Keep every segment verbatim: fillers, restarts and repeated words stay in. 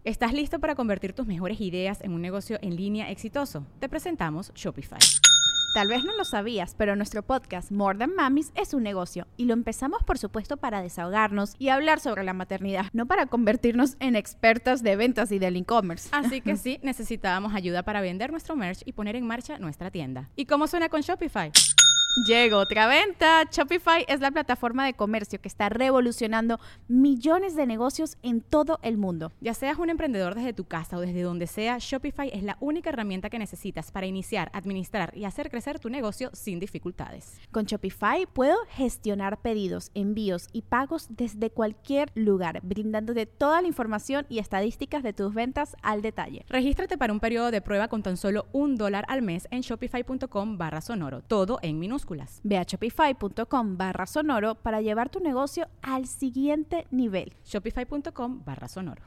¿Estás listo para convertir tus mejores ideas en un negocio en línea exitoso? Te presentamos Shopify. Tal vez no lo sabías, pero nuestro podcast More Than Mamis es un negocio y lo empezamos por supuesto para desahogarnos y hablar sobre la maternidad, no para convertirnos en expertas de ventas y del e-commerce. Así que sí, necesitábamos ayuda para vender nuestro merch y poner en marcha nuestra tienda. ¿Y cómo suena con Shopify? Llegó otra venta. Shopify es la plataforma de comercio que está revolucionando millones de negocios en todo el mundo. Ya seas un emprendedor desde tu casa o desde donde sea, Shopify es la única herramienta que necesitas para iniciar, administrar y hacer crecer tu negocio sin dificultades. Con Shopify puedo gestionar pedidos, envíos y pagos desde cualquier lugar, brindándote toda la información y estadísticas de tus ventas al detalle. Regístrate para un periodo de prueba con tan solo un dólar al mes en shopify.com barra sonoro, todo en minúsculas. Ve a shopify.com barra sonoro para llevar tu negocio al siguiente nivel. Shopify.com barra sonoro.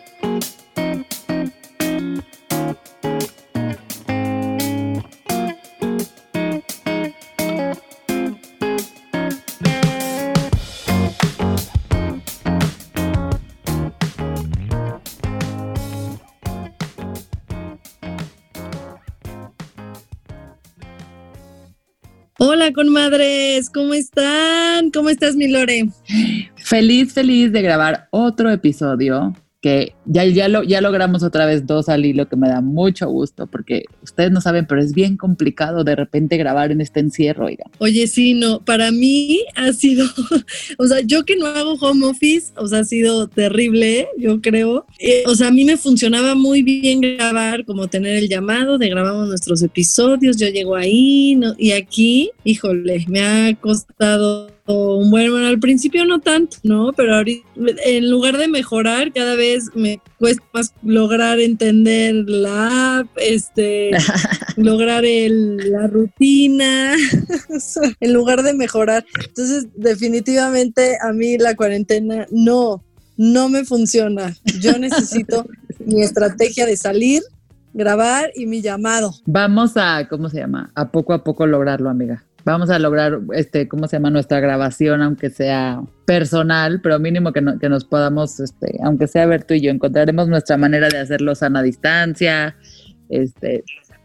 Hola, comadres, ¿cómo están? ¿Cómo estás, mi Lore? Feliz, feliz de grabar otro episodio que ya, ya, lo, ya logramos otra vez dos al hilo, que me da mucho gusto porque ustedes no saben, pero es bien complicado de repente grabar en este encierro, oigan. Oye, sí, no, para mí ha sido, o sea, yo que no hago home office, o sea, ha sido terrible, yo creo. Eh, o sea, a mí me funcionaba muy bien grabar, como tener el llamado de grabamos nuestros episodios, yo llego ahí, ¿no? Y aquí, híjole, me ha costado un buen, bueno, al principio no tanto, ¿no? Pero ahorita, en lugar de mejorar, cada vez me cuesta más lograr entender la app, este, lograr el, la rutina, en lugar de mejorar. Entonces, definitivamente a mí la cuarentena no, no me funciona. Yo necesito mi estrategia de salir, grabar y mi llamado. Vamos a, ¿cómo se llama? A poco a poco lograrlo, amiga. Vamos a lograr, este, ¿cómo se llama? Nuestra grabación, aunque sea personal, pero mínimo que, no, que nos podamos, este, aunque sea ver tú y yo, encontraremos nuestra manera de hacerlo sana distancia, este,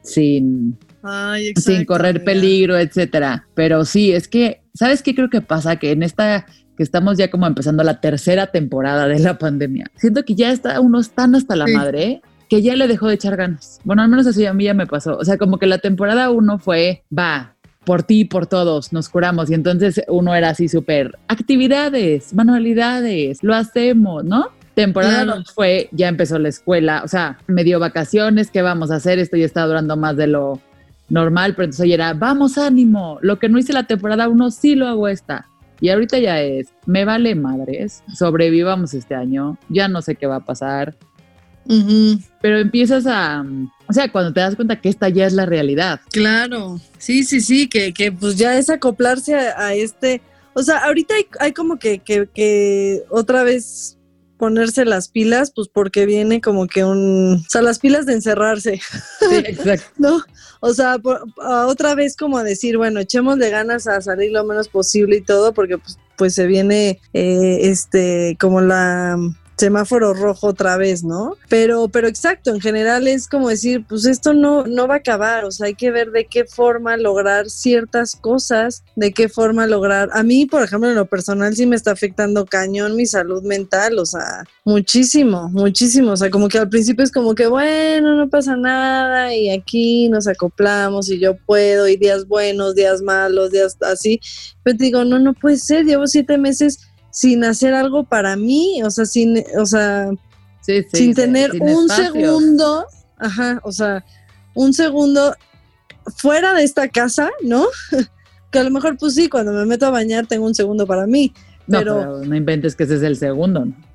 sin, Ay, exacto, sin correr amiga. peligro, etcétera. Pero sí, es que, ¿sabes qué creo que pasa? Que en esta, que estamos ya como empezando la tercera temporada de la pandemia, siento que ya está uno tan hasta la sí. madre, que ya le dejó de echar ganas. Bueno, al menos así a mí ya me pasó. O sea, como que la temporada uno fue, va, por ti y por todos, nos curamos. Y entonces uno era así súper, actividades, manualidades, lo hacemos, ¿no? Temporada Claro. dos fue, ya empezó la escuela, o sea, me dio vacaciones, ¿qué vamos a hacer? Esto ya está durando más de lo normal, pero entonces hoy era, vamos, ánimo, lo que no hice la temporada uno, sí lo hago esta. Y ahorita ya es, me vale madres, sobrevivamos este año, ya no sé qué va a pasar. Uh-huh. Pero empiezas a, o sea, cuando te das cuenta que esta ya es la realidad. Claro, sí, sí, sí, que, que pues ya es acoplarse a, a este, o sea, ahorita hay, hay como que, que, que otra vez ponerse las pilas, pues porque viene como que un, o sea, las pilas de encerrarse. Sí, exacto. ¿No? O sea, por, a otra vez como a decir, bueno, echémosle ganas a salir lo menos posible y todo, porque pues, pues se viene eh, este, como la semáforo rojo otra vez, ¿no? Pero, pero exacto, en general es como decir, pues esto no, no va a acabar, o sea, hay que ver de qué forma lograr ciertas cosas, de qué forma lograr, a mí, por ejemplo, en lo personal sí me está afectando cañón mi salud mental, o sea, muchísimo, muchísimo, o sea, como que al principio es como que, bueno, no pasa nada, y aquí nos acoplamos, y yo puedo, y días buenos, días malos, días así, pero te digo, no, no puede ser, llevo siete meses sin hacer algo para mí, o sea, sin, o sea, sí, sí, sin sí, tener sin un espacios. segundo, ajá, o sea, un segundo fuera de esta casa, ¿no? Que a lo mejor, pues sí, cuando me meto a bañar tengo un segundo para mí, pero... No, pero no inventes que ese es el segundo, ¿no?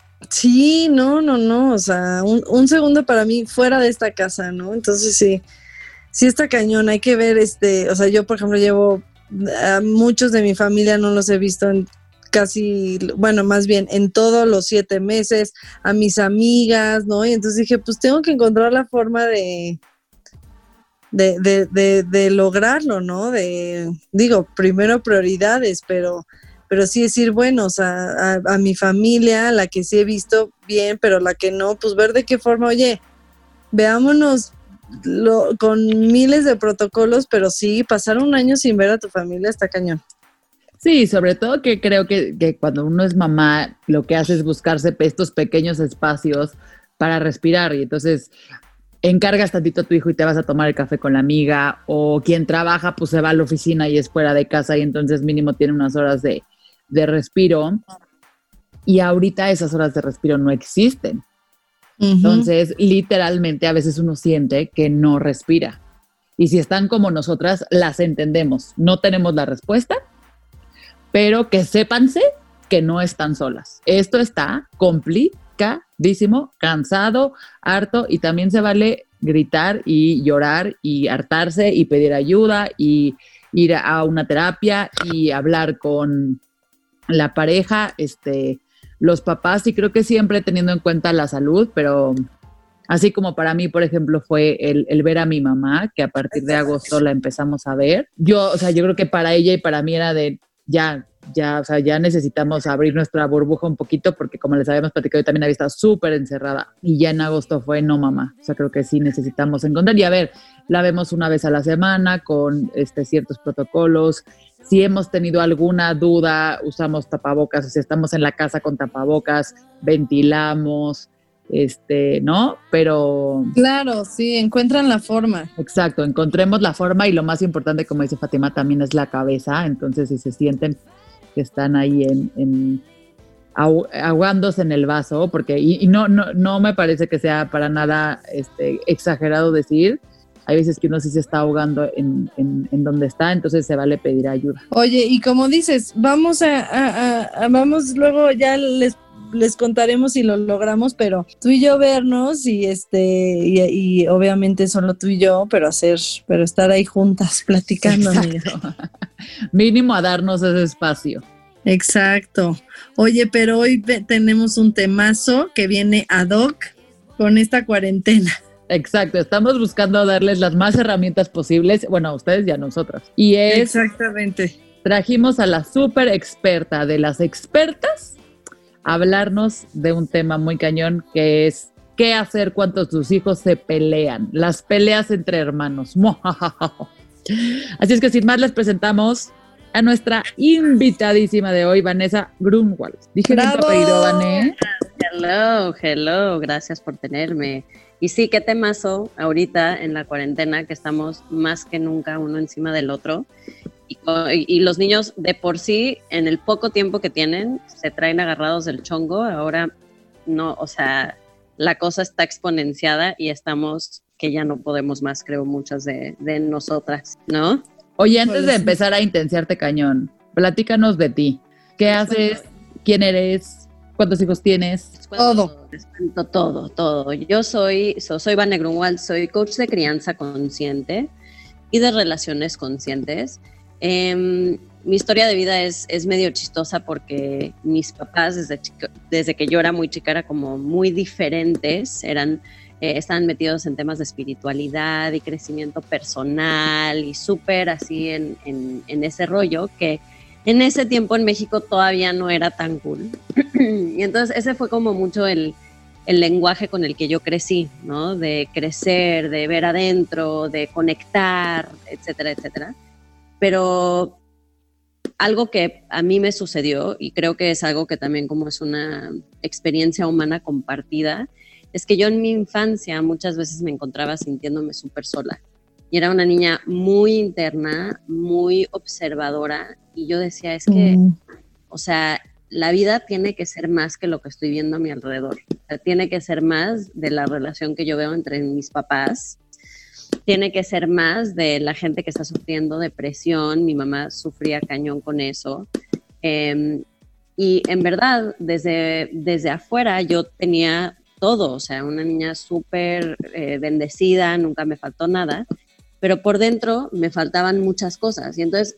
Sí, no, no, no, o sea, un, un segundo para mí fuera de esta casa, ¿no? Entonces sí, sí está cañón, hay que ver, este, o sea, yo por ejemplo llevo, a muchos de mi familia no los he visto en casi, bueno, más bien en todos los siete meses, a mis amigas, ¿no? Y entonces dije, pues tengo que encontrar la forma de, de, de, de, de lograrlo, ¿no? De, digo, primero prioridades, pero, pero sí decir, bueno, o sea, a, a mi familia, la que sí he visto bien, pero la que no, pues ver de qué forma, oye, veámonos lo, con miles de protocolos, pero sí, pasar un año sin ver a tu familia está cañón. Sí, sobre todo que creo que, que cuando uno es mamá, lo que hace es buscarse estos pequeños espacios para respirar, y entonces encargas tantito a tu hijo y te vas a tomar el café con la amiga, o quien trabaja pues se va a la oficina y es fuera de casa y entonces mínimo tiene unas horas de, de respiro, y ahorita esas horas de respiro no existen. Uh-huh. Entonces literalmente a veces uno siente que no respira, y si están como nosotras las entendemos, no tenemos la respuesta, pero que sépanse que no están solas. Esto está complicadísimo, cansado, harto, y también se vale gritar y llorar y hartarse y pedir ayuda y ir a una terapia y hablar con la pareja, este, los papás, y creo que siempre teniendo en cuenta la salud, pero así como para mí, por ejemplo, fue el, el ver a mi mamá, que a partir de agosto la empezamos a ver. Yo, o sea, yo creo que para ella y para mí era de ya, ya, o sea, ya necesitamos abrir nuestra burbuja un poquito, porque como les habíamos platicado, yo también había estado súper encerrada, y ya en agosto fue, no mamá, o sea, creo que sí necesitamos encontrar, y a ver, la vemos una vez a la semana con este, ciertos protocolos. Si hemos tenido alguna duda, usamos tapabocas, o sea, estamos en la casa con tapabocas, ventilamos, este, ¿no? Pero... Claro, sí, encuentran la forma. Exacto, encontremos la forma, y lo más importante, como dice Fátima, también es la cabeza. Entonces, si se sienten que están ahí en, en ahu- ahogándose en el vaso, porque, y, y no, no, no me parece que sea para nada este, exagerado decir, hay veces que uno sí se está ahogando en, en, en donde está, entonces se vale pedir ayuda. Oye, y como dices, vamos a, a, a, a vamos luego ya les les contaremos si lo logramos, pero tú y yo vernos y este y, y obviamente solo tú y yo, pero hacer, pero estar ahí juntas platicando, amiga. Mínimo a darnos ese espacio. Exacto. Oye, pero hoy ve, tenemos un temazo que viene ad hoc con esta cuarentena. Exacto, estamos buscando darles las más herramientas posibles, bueno, a ustedes y a nosotras. Y es... Exactamente. Trajimos a la súper experta de las expertas a hablarnos de un tema muy cañón, que es qué hacer cuando tus hijos se pelean, las peleas entre hermanos. Así es que sin más les presentamos a nuestra invitadísima de hoy, Vanessa Grunwald. Dije bien tu apellido, Vané. Hello, hello, gracias por tenerme. Y sí, qué temazo ahorita en la cuarentena, que estamos más que nunca uno encima del otro. Y, y los niños de por sí, en el poco tiempo que tienen, se traen agarrados del chongo. Ahora no, o sea, la cosa está exponenciada y estamos que ya no podemos más, creo, muchas de, de nosotras, ¿no? Oye, antes de empezar a intenciarte cañón, platícanos de ti. ¿Qué haces? ¿Quién eres? ¿Cuántos hijos tienes? Todo. Les cuento todo, todo. Yo soy, so, soy Vane Grunwald, soy coach de crianza consciente y de relaciones conscientes. Eh, mi historia de vida es, es medio chistosa porque mis papás desde, chico, desde que yo era muy chica era como muy diferentes, eran, eh, estaban metidos en temas de espiritualidad y crecimiento personal y súper así en, en, en ese rollo que en ese tiempo en México todavía no era tan cool. Y entonces ese fue como mucho el, el lenguaje con el que yo crecí, ¿no? De crecer, de ver adentro, de conectar, etcétera, etcétera. Pero algo que a mí me sucedió, y creo que es algo que también como es una experiencia humana compartida, es que yo en mi infancia muchas veces me encontraba sintiéndome súper sola. Y era una niña muy interna, muy observadora, y yo decía, es que, mm. o sea, la vida tiene que ser más que lo que estoy viendo a mi alrededor. O sea, tiene que ser más de la relación que yo veo entre mis papás, tiene que ser más de la gente que está sufriendo depresión. Mi mamá sufría cañón con eso. Eh, y en verdad, desde, desde afuera yo tenía todo, o sea, una niña súper eh, bendecida, nunca me faltó nada, pero por dentro me faltaban muchas cosas. Y entonces,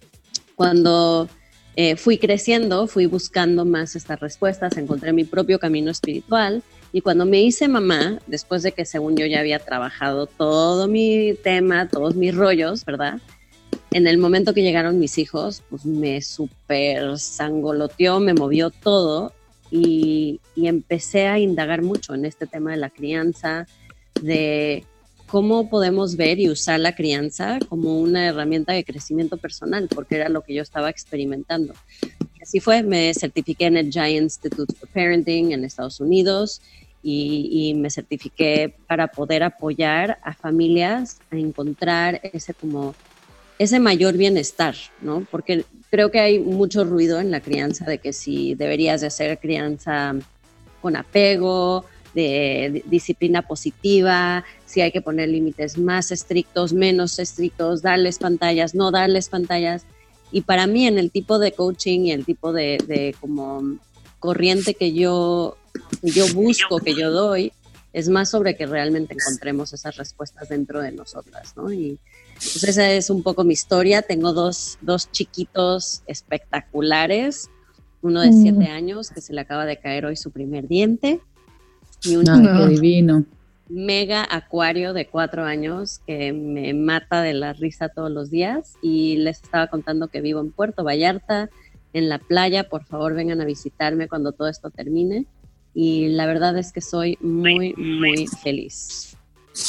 cuando eh, fui creciendo, fui buscando más estas respuestas, encontré mi propio camino espiritual. Y cuando me hice mamá, después de que según yo ya había trabajado todo mi tema, todos mis rollos, ¿verdad? en el momento que llegaron mis hijos, pues me súper sangoloteó, me movió todo y, y empecé a indagar mucho en este tema de la crianza, de cómo podemos ver y usar la crianza como una herramienta de crecimiento personal, porque era lo que yo estaba experimentando. Y así fue, me certifiqué en el Giant Institute for Parenting en Estados Unidos y, y me certifiqué para poder apoyar a familias a encontrar ese como ese mayor bienestar, ¿no? Porque creo que hay mucho ruido en la crianza de que si deberías de hacer crianza con apego, de, de disciplina positiva, si hay que poner límites más estrictos, menos estrictos, darles pantallas, no darles pantallas. Y para mí, en el tipo de coaching y el tipo de, de como corriente que yo, que yo busco, que yo doy, es más sobre que realmente encontremos esas respuestas dentro de nosotras, ¿no? Y pues esa es un poco mi historia. Tengo dos, dos chiquitos espectaculares, uno de siete mm. años que se le acaba de caer hoy su primer diente y un Ay, qué divino. mega acuario de cuatro años que me mata de la risa todos los días. Y les estaba contando que vivo en Puerto Vallarta, en la playa. Por favor, vengan a visitarme cuando todo esto termine. Y la verdad es que soy muy, muy feliz.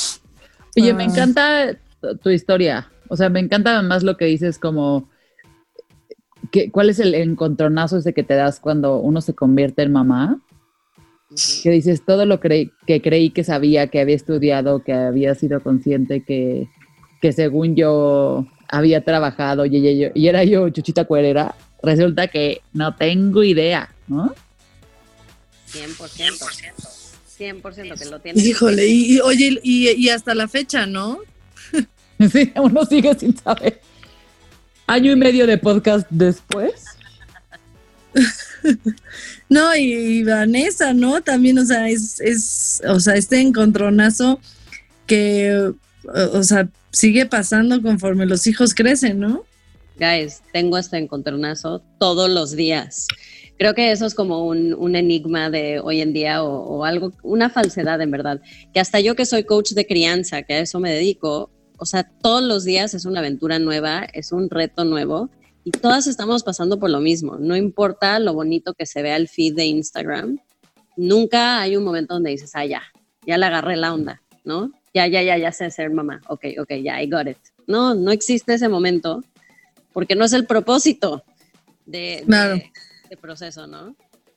Oye, me encanta tu historia. O sea, me encanta además lo que dices como que, ¿cuál es el encontronazo ese que te das cuando uno se convierte en mamá? Uh-huh. Que dices todo lo creí, que creí que sabía, que había estudiado, que había sido consciente, que, que según yo había trabajado y, y, y, y era yo chuchita cuerera. Resulta que no tengo idea, ¿no? cien por ciento. cien por ciento que lo tienes. Híjole, y, y oye, y, y hasta la fecha, ¿no? Sí, uno sigue sin saber. Año y medio de podcast después. No, y, y Vanessa, ¿no? También, o sea, es, es, o sea, este encontronazo que, o sea, sigue pasando conforme los hijos crecen, ¿no? Guys, tengo este encontronazo todos los días. Creo que eso es como un, un enigma de hoy en día o, o algo, una falsedad en verdad. Que hasta yo que soy coach de crianza, que a eso me dedico, o sea, todos los días es una aventura nueva, es un reto nuevo y todas estamos pasando por lo mismo. No importa lo bonito que se vea el feed de Instagram, nunca hay un momento donde dices, ah, ya, ya le agarré la onda, ¿no? Ya, ya, ya, ya sé ser mamá. Ok, ok, ya, I got it. No, no existe ese momento porque no es el propósito de... Claro. de de proceso, ¿no?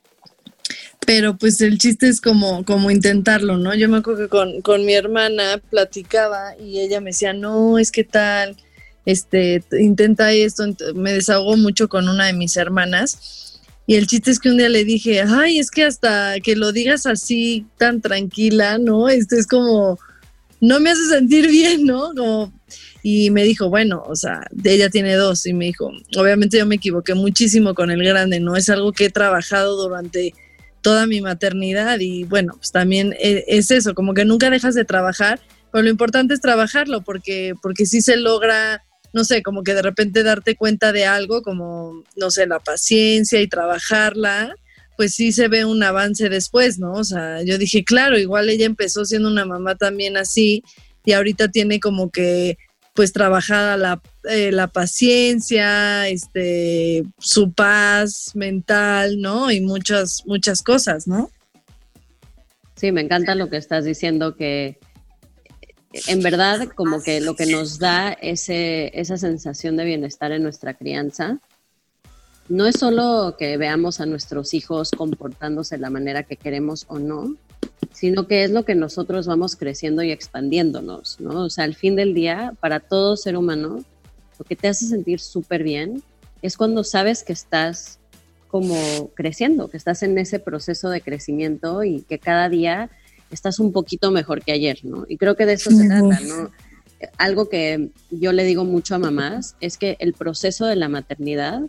Pero pues el chiste es como, como intentarlo, ¿no? Yo me acuerdo que con, con mi hermana platicaba y ella me decía, no, es que tal, este, intenta esto. Me desahogó mucho con una de mis hermanas y el chiste es que un día le dije, ay, es que hasta que lo digas así tan tranquila, ¿no? Este es como, no me hace sentir bien, ¿no? Como... Y me dijo, bueno, o sea, ella tiene dos y me dijo, obviamente yo me equivoqué muchísimo con el grande, ¿no? Es algo que he trabajado durante toda mi maternidad y bueno, pues también es eso, como que nunca dejas de trabajar, pero lo importante es trabajarlo porque, porque sí se logra, no sé, como que de repente darte cuenta de algo, como, no sé, la paciencia y trabajarla, pues sí se ve un avance después, ¿no? O sea, yo dije, claro, igual ella empezó siendo una mamá también así y ahorita tiene como que pues trabajada la, eh, la paciencia, este, su paz mental, ¿no? Y muchas, muchas cosas, ¿no? Sí, me encanta lo que estás diciendo, que en verdad como que lo que nos da ese, esa sensación de bienestar en nuestra crianza no es solo que veamos a nuestros hijos comportándose de la manera que queremos o no, sino que es lo que nosotros vamos creciendo y expandiéndonos, ¿no? O sea, al fin del día, para todo ser humano, lo que te hace sentir súper bien es cuando sabes que estás como creciendo, que estás en ese proceso de crecimiento y que cada día estás un poquito mejor que ayer, ¿no? Y creo que de eso se trata, ¿no? Algo que yo le digo mucho a mamás es que el proceso de la maternidad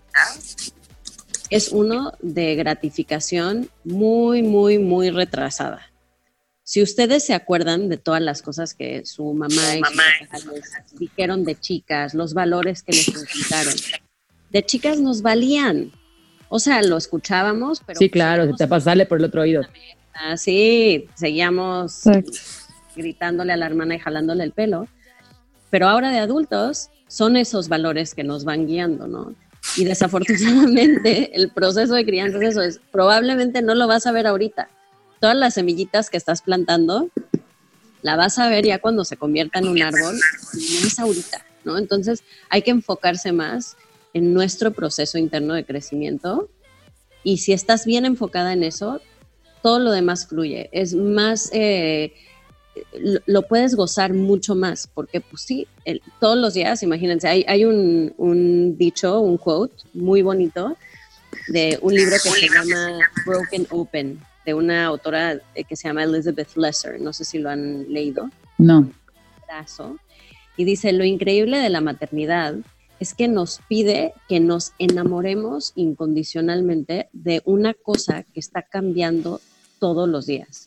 es uno de gratificación muy, muy, muy retrasada. Si ustedes se acuerdan de todas las cosas que su mamá y mamá. su papá les dijeron de chicas, los valores que les inculcaron, de chicas nos valían. O sea, lo escuchábamos, pero... Sí, claro, se te pasale por el otro oído. Ah, sí, seguíamos Exacto. gritándole a la hermana y jalándole el pelo. Pero ahora de adultos, son esos valores que nos van guiando, ¿no? Y desafortunadamente el proceso de crianza es eso, es, probablemente no lo vas a ver ahorita. Todas las semillitas que estás plantando, la vas a ver ya cuando se convierta en un árbol, no es ahorita, ¿no? Entonces hay que enfocarse más en nuestro proceso interno de crecimiento, y si estás bien enfocada en eso, todo lo demás fluye. Es más, eh, lo, lo puedes gozar mucho más, porque pues sí, el, todos los días, imagínense, hay, hay un, un dicho, un quote muy bonito de un libro que se llama Broken Open, de una autora que se llama Elizabeth Lesser, no sé si lo han leído. No. Y dice, lo increíble de la maternidad es que nos pide que nos enamoremos incondicionalmente de una cosa que está cambiando todos los días,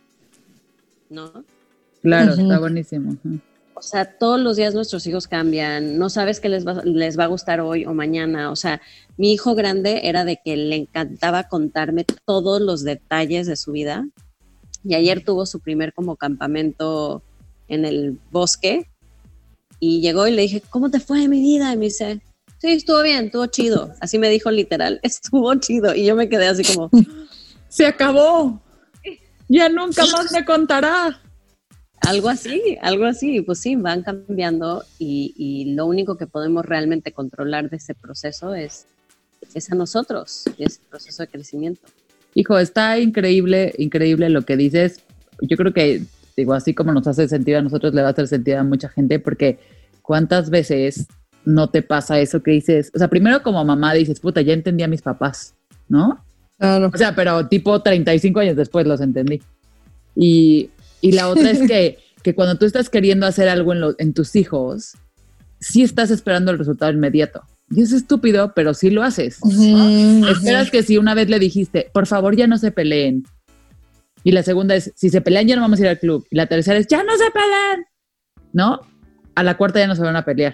¿no? Claro, Uh-huh. está buenísimo. Uh-huh. O sea, todos los días nuestros hijos cambian, no sabes qué les va, les va a gustar hoy o mañana. O sea, mi hijo grande era de que le encantaba contarme todos los detalles de su vida, y ayer tuvo su primer como campamento en el bosque, y llegó y le dije, ¿cómo te fue mi vida? Y me dice, sí, estuvo bien, estuvo chido. Así me dijo literal, estuvo chido. Y yo me quedé así como, se acabó, ya nunca más me contará. Algo así, algo así, pues sí, van cambiando, y, y lo único que podemos realmente controlar de ese proceso es, es a nosotros, ese proceso de crecimiento. Hijo, está increíble, increíble lo que dices. Yo creo que, digo, así como nos hace sentido a nosotros, le va a hacer sentido a mucha gente, porque ¿cuántas veces no te pasa eso que dices? O sea, primero como mamá dices, puta, ya entendí a mis papás, ¿no? Claro. O sea, pero tipo treinta y cinco años después los entendí. Y... Y la otra es que, que cuando tú estás queriendo hacer algo en, lo, en tus hijos, sí estás esperando el resultado inmediato. Y es estúpido, pero sí lo haces, ¿no? Uh-huh. Esperas que si una vez le dijiste, por favor, ya no se peleen. Y la segunda es, si se pelean, ya no vamos a ir al club. Y la tercera es, ya no se peleen, ¿no? A la cuarta ya no se van a pelear.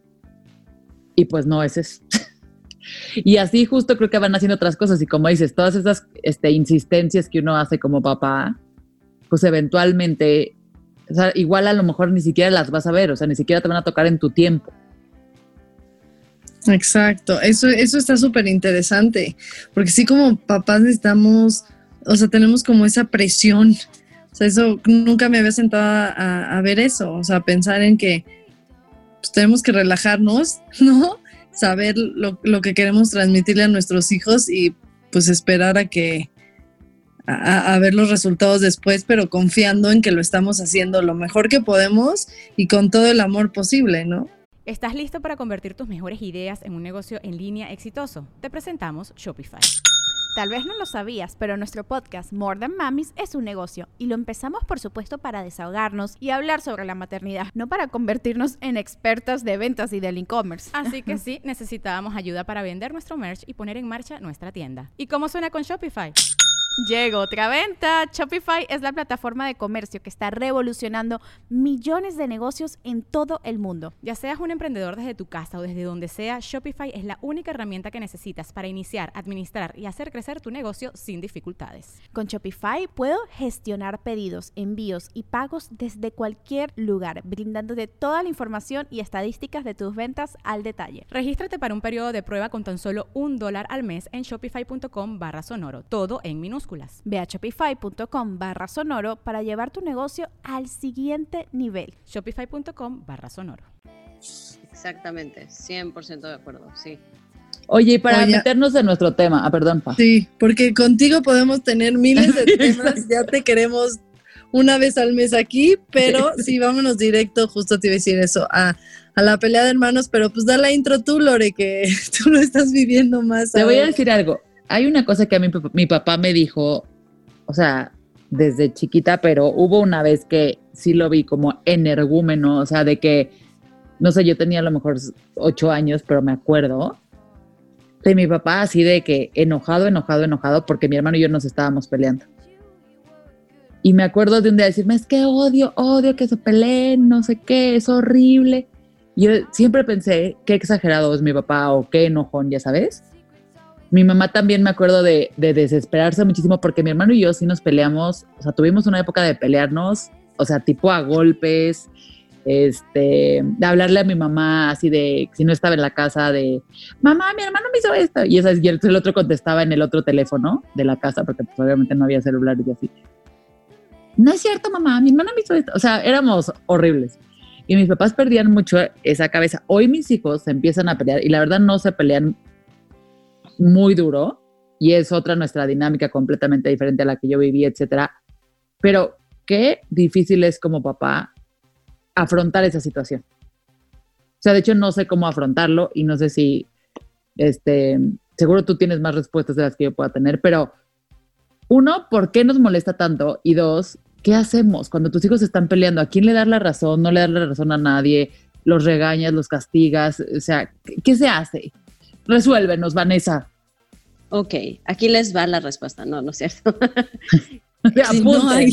Y pues no es eso. Y así justo creo que van haciendo otras cosas. Y como dices, todas esas este, insistencias que uno hace como papá, pues eventualmente, o sea, igual a lo mejor ni siquiera las vas a ver, o sea, ni siquiera te van a tocar en tu tiempo. Exacto, eso, eso está súper interesante, porque sí, como papás necesitamos, o sea, tenemos como esa presión, o sea, eso nunca me había sentado a, a ver eso, o sea, pensar en que pues, tenemos que relajarnos, ¿no? Saber lo, lo que queremos transmitirle a nuestros hijos y pues esperar a que A, a ver los resultados después, pero confiando en que lo estamos haciendo lo mejor que podemos y con todo el amor posible, ¿no? ¿Estás listo para convertir tus mejores ideas en un negocio en línea exitoso? Te presentamos Shopify. Tal vez no lo sabías, pero nuestro podcast More Than Mamis es un negocio, y lo empezamos por supuesto para desahogarnos y hablar sobre la maternidad, no para convertirnos en expertas de ventas y del e-commerce. Así que sí, necesitábamos ayuda para vender nuestro merch y poner en marcha nuestra tienda. ¿Y cómo suena con Shopify? Llegó otra venta. Shopify es la plataforma de comercio que está revolucionando millones de negocios en todo el mundo. Ya seas un emprendedor desde tu casa o desde donde sea, Shopify es la única herramienta que necesitas para iniciar, administrar y hacer crecer tu negocio sin dificultades. Con Shopify puedo gestionar pedidos, envíos y pagos desde cualquier lugar, brindándote toda la información y estadísticas de tus ventas al detalle. Regístrate para un periodo de prueba con tan solo un dólar al mes en shopify.com barra sonoro, todo en minúsculas. Ve a shopify.com barra sonoro para llevar tu negocio al siguiente nivel. Shopify.com barra sonoro. Exactamente, cien por ciento de acuerdo, sí. Oye, y para Oye, meternos en nuestro tema, ah, perdón, Pa. Sí, porque contigo podemos tener miles de temas, ya te queremos una vez al mes aquí, pero sí, vámonos directo, justo te iba a decir eso, a, a la pelea de hermanos, pero pues da la intro tú, Lore, que tú lo estás viviendo más. Te ahora. voy a decir algo. Hay una cosa que a mí mi papá me dijo, o sea, desde chiquita, pero hubo una vez que sí lo vi como energúmeno, o sea, de que, no sé, yo tenía a lo mejor ocho años, pero me acuerdo de mi papá así de que enojado, enojado, enojado, porque mi hermano y yo nos estábamos peleando. Y me acuerdo de un día decirme, es que odio, odio que se peleen, no sé qué, es horrible. Y yo siempre pensé, qué exagerado es mi papá o qué enojón, ya sabes. Mi mamá también me acuerdo de, de desesperarse muchísimo porque mi hermano y yo sí nos peleamos, o sea, tuvimos una época de pelearnos, o sea, tipo a golpes, este, de hablarle a mi mamá así de, si no estaba en la casa, de, mamá, mi hermano me hizo esto, y, esa, y el, el otro contestaba en el otro teléfono de la casa, porque pues, obviamente no había celulares y así. No es cierto, mamá, mi hermano me hizo esto. O sea, éramos horribles. Y mis papás perdían mucho esa cabeza. Hoy mis hijos se empiezan a pelear y la verdad no se pelean muy duro y es otra nuestra dinámica completamente diferente a la que yo viví, etcétera. Pero qué difícil es como papá afrontar esa situación. O sea, de hecho no sé cómo afrontarlo y no sé si, este, seguro tú tienes más respuestas de las que yo pueda tener, pero uno, ¿por qué nos molesta tanto? Y dos, ¿qué hacemos cuando tus hijos están peleando? ¿A quién le das la razón? ¿No le das la razón a nadie? ¿Los regañas? ¿Los castigas? O sea, ¿qué, qué se hace? Resuélvenos, Vanessa. Ok, aquí les va la respuesta. No, no es cierto. Sí, no hay.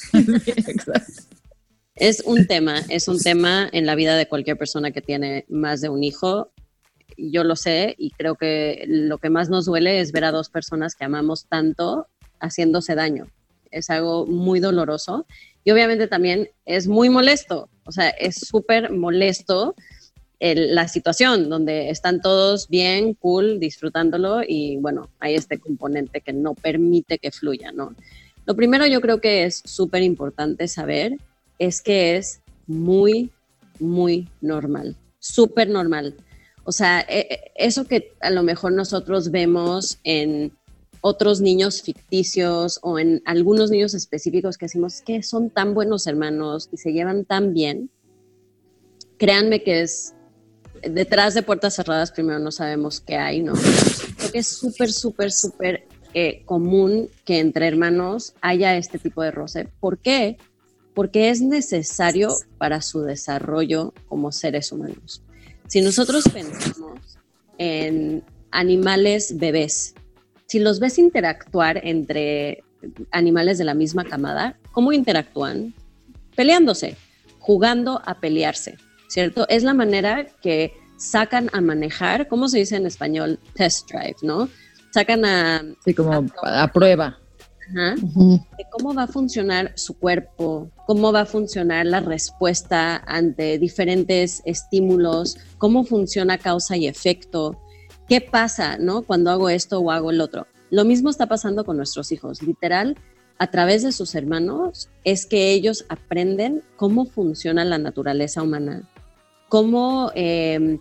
Es un tema, es un tema en la vida de cualquier persona que tiene más de un hijo. Yo lo sé y creo que lo que más nos duele es ver a dos personas que amamos tanto haciéndose daño. Es algo muy doloroso y obviamente también es muy molesto. O sea, es súper molesto el, la situación donde están todos bien, cool, disfrutándolo y bueno, hay este componente que no permite que fluya, ¿no? Lo primero yo creo que es súper importante saber es que es muy, muy normal, súper normal. O sea, eso que a lo mejor nosotros vemos en otros niños ficticios o en algunos niños específicos que decimos que son tan buenos hermanos y se llevan tan bien, créanme que es detrás de puertas cerradas, primero no sabemos qué hay, ¿no? Creo que es súper, súper, súper eh, común que entre hermanos haya este tipo de roce. ¿Por qué? Porque es necesario para su desarrollo como seres humanos. Si nosotros pensamos en animales bebés, si los ves interactuar entre animales de la misma camada, ¿cómo interactúan? Peleándose, jugando a pelearse, ¿cierto? Es la manera que sacan a manejar, ¿cómo se dice en español? Test drive, ¿no? Sacan a... Sí, como a, a prueba. Ajá, uh-huh. De cómo va a funcionar su cuerpo, cómo va a funcionar la respuesta ante diferentes estímulos, cómo funciona causa y efecto, qué pasa, ¿no? Cuando hago esto o hago el otro. Lo mismo está pasando con nuestros hijos. Literal, a través de sus hermanos es que ellos aprenden cómo funciona la naturaleza humana, cómo eh,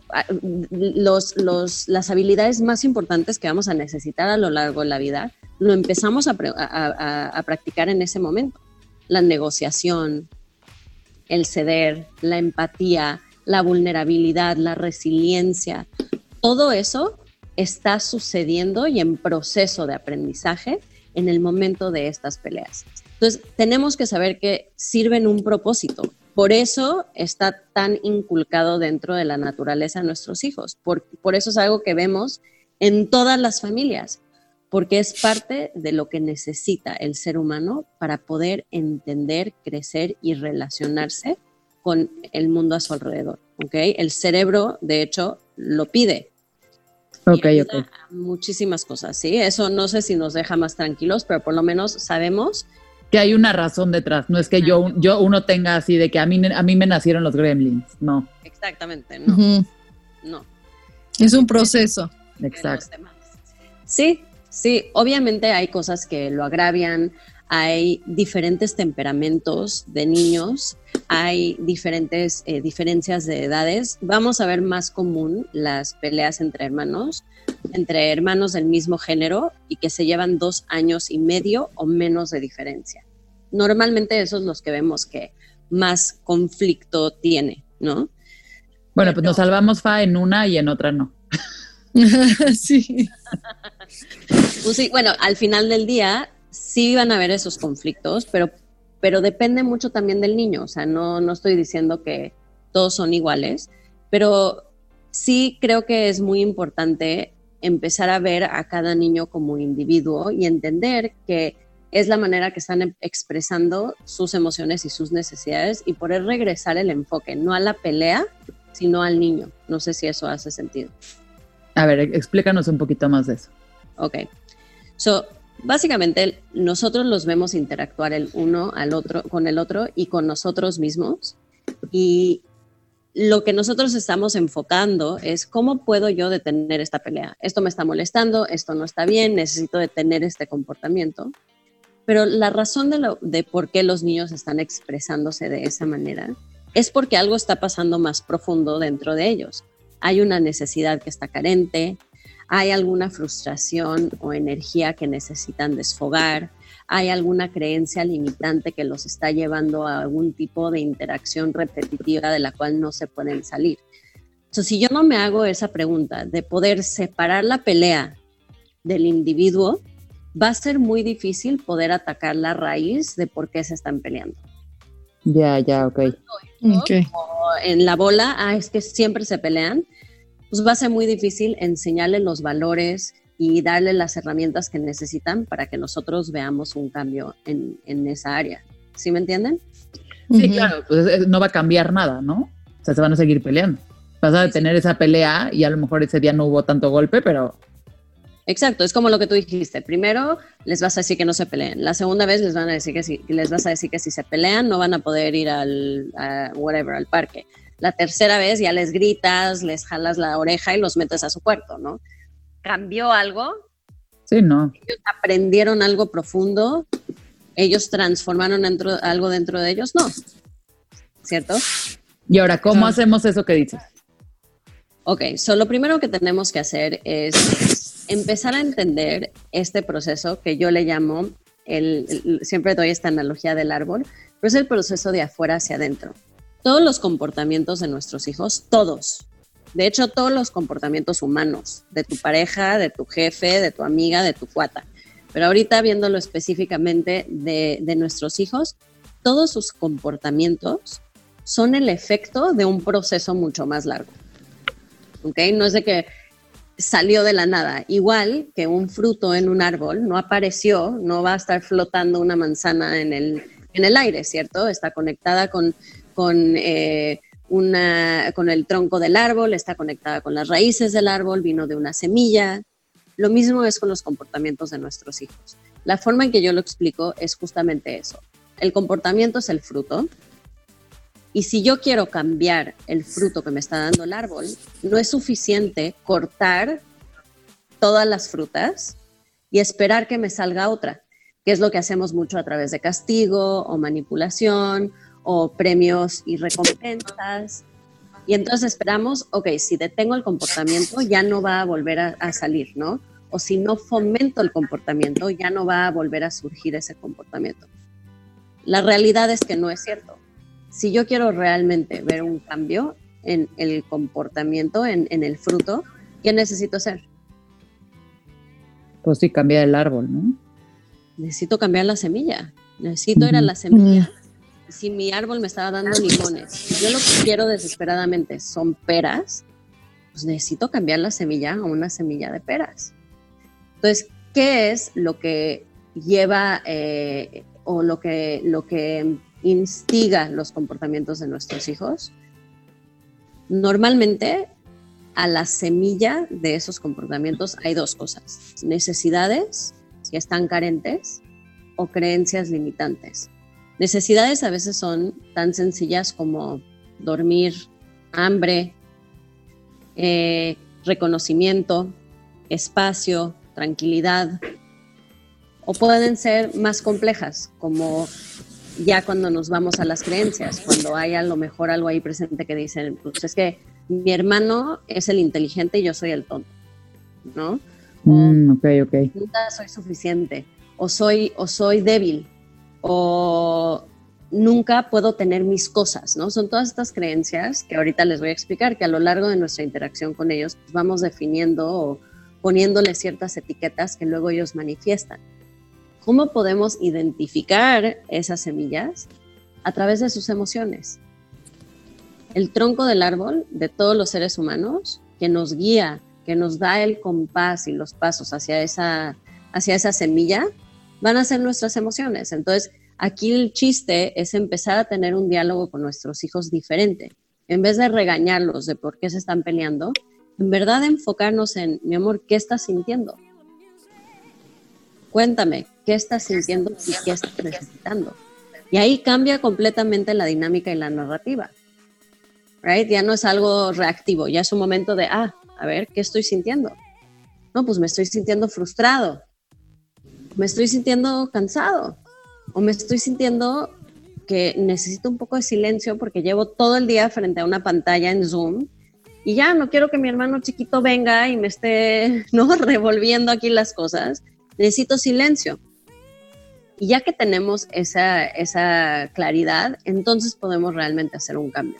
los, los, las habilidades más importantes que vamos a necesitar a lo largo de la vida lo empezamos a, a, a, a practicar en ese momento. La negociación, el ceder, la empatía, la vulnerabilidad, la resiliencia, todo eso está sucediendo y en proceso de aprendizaje en el momento de estas peleas. Entonces, tenemos que saber que sirven un propósito. Por eso está tan inculcado dentro de la naturaleza de nuestros hijos. Por, por eso es algo que vemos en todas las familias, porque es parte de lo que necesita el ser humano para poder entender, crecer y relacionarse con el mundo a su alrededor. ¿Okay? El cerebro, de hecho, lo pide. Ok, ok. Muchísimas cosas, ¿sí? Eso no sé si nos deja más tranquilos, pero por lo menos sabemos que hay una razón detrás. No es que yo, yo uno tenga así de que a mí, a mí me nacieron los gremlins, no. Exactamente, no. Uh-huh. No. Es un proceso. Exacto. Sí, sí, obviamente hay cosas que lo agravian, hay diferentes temperamentos de niños, hay diferentes eh, diferencias de edades. Vamos a ver más común las peleas entre hermanos, entre hermanos del mismo género y que se llevan dos años y medio o menos de diferencia. Normalmente esos son los que vemos que más conflicto tiene, ¿no? Bueno, Pero, pues nos salvamos Fa en una y en otra no. Sí. Pues sí, bueno, al final del día sí van a haber esos conflictos, pero, pero depende mucho también del niño. O sea, no, no estoy diciendo que todos son iguales, pero sí creo que es muy importante empezar a ver a cada niño como individuo y entender que es la manera que están expresando sus emociones y sus necesidades y poder regresar el enfoque, no a la pelea, sino al niño. No sé si eso hace sentido. A ver, explícanos un poquito más de eso. Ok. So, básicamente nosotros los vemos interactuar el uno al otro, con el otro y con nosotros mismos Y lo que nosotros estamos enfocando es cómo puedo yo detener esta pelea. Esto me está molestando, esto no está bien, necesito detener este comportamiento. Pero la razón de, lo, de por qué los niños están expresándose de esa manera es porque algo está pasando más profundo dentro de ellos. Hay una necesidad que está carente, hay alguna frustración o energía que necesitan desfogar, hay alguna creencia limitante que los está llevando a algún tipo de interacción repetitiva de la cual no se pueden salir. Entonces, si yo no me hago esa pregunta de poder separar la pelea del individuo, va a ser muy difícil poder atacar la raíz de por qué se están peleando. Ya, ya, ok. Okay. Como en la bola, ah, es que siempre se pelean, pues va a ser muy difícil enseñarles los valores y darle las herramientas que necesitan para que nosotros veamos un cambio en, en esa área. ¿Sí me entienden? Sí, Ujú. claro, pues no va a cambiar nada, ¿no? O sea, se van a seguir peleando. Vas a detener esa pelea y a lo mejor ese día no hubo tanto golpe, pero... Exacto, es como lo que tú dijiste. Primero les vas a decir que no se peleen. La segunda vez les van a decir que si les vas a decir que si se pelean no van a poder ir al a whatever, al parque. La tercera vez ya les gritas, les jalas la oreja y los metes a su cuarto, ¿no? ¿Cambió algo? Sí, no. Ellos aprendieron algo profundo, ellos transformaron dentro, algo dentro de ellos, no. ¿Cierto? Y ahora, ¿cómo Ah. hacemos eso que dices? Ok, so lo primero que tenemos que hacer es empezar a entender este proceso que yo le llamo, el, el- siempre doy esta analogía del árbol, pero es el proceso de afuera hacia adentro. Todos los comportamientos de nuestros hijos, todos, de hecho todos los comportamientos humanos, de tu pareja, de tu jefe, de tu amiga, de tu cuata, pero ahorita viéndolo específicamente de, de nuestros hijos, todos sus comportamientos son el efecto de un proceso mucho más largo. ¿Ok? No es de que salió de la nada. Igual que un fruto en un árbol no apareció, no va a estar flotando una manzana en el, en el aire, ¿cierto? Está conectada con, con, eh, una, con el tronco del árbol, está conectada con las raíces del árbol, vino de una semilla. Lo mismo es con los comportamientos de nuestros hijos. La forma en que yo lo explico es justamente eso. El comportamiento es el fruto. Y si yo quiero cambiar el fruto que me está dando el árbol, no es suficiente cortar todas las frutas y esperar que me salga otra, que es lo que hacemos mucho a través de castigo o manipulación o premios y recompensas. Y entonces esperamos, ok, si detengo el comportamiento ya no va a volver a, a salir, ¿no? O si no fomento el comportamiento ya no va a volver a surgir ese comportamiento. La realidad es que no es cierto. Si yo quiero realmente ver un cambio en el comportamiento, en, en el fruto, ¿qué necesito hacer? Pues sí, cambiar el árbol, ¿no? Necesito cambiar la semilla. Necesito ir a la semilla. Si mi árbol me estaba dando limones, y yo lo que quiero desesperadamente son peras, pues necesito cambiar la semilla a una semilla de peras. Entonces, ¿qué es lo que lleva eh, o lo que, lo que instiga los comportamientos de nuestros hijos? Normalmente, a la semilla de esos comportamientos hay dos cosas: necesidades que están carentes o creencias limitantes. Necesidades a veces son tan sencillas como dormir, hambre, eh, reconocimiento, espacio, tranquilidad, o pueden ser más complejas, como ya cuando nos vamos a las creencias, cuando hay a lo mejor algo ahí presente que dicen, pues es que mi hermano es el inteligente y yo soy el tonto, ¿no? Mm, ok, ok. Nunca soy suficiente, o soy, o soy débil, o nunca puedo tener mis cosas, ¿no? Son todas estas creencias que ahorita les voy a explicar, que a lo largo de nuestra interacción con ellos pues vamos definiendo o poniéndole ciertas etiquetas que luego ellos manifiestan. ¿Cómo podemos identificar esas semillas? A través de sus emociones. El tronco del árbol de todos los seres humanos que nos guía, que nos da el compás y los pasos hacia esa, hacia esa semilla, van a ser nuestras emociones. Entonces, aquí el chiste es empezar a tener un diálogo con nuestros hijos diferente. En vez de regañarlos de por qué se están peleando, en verdad enfocarnos en, mi amor, ¿qué estás sintiendo? Cuéntame, ¿qué estás sintiendo y qué estás necesitando? Y ahí cambia completamente la dinámica y la narrativa. right? Ya no es algo reactivo, ya es un momento de, ah, a ver, ¿qué estoy sintiendo? No, pues me estoy sintiendo frustrado, me estoy sintiendo cansado, o me estoy sintiendo que necesito un poco de silencio porque llevo todo el día frente a una pantalla en Zoom y ya no quiero que mi hermano chiquito venga y me esté, ¿no?, revolviendo aquí las cosas. Necesito silencio. Y ya que tenemos esa, esa claridad, entonces podemos realmente hacer un cambio.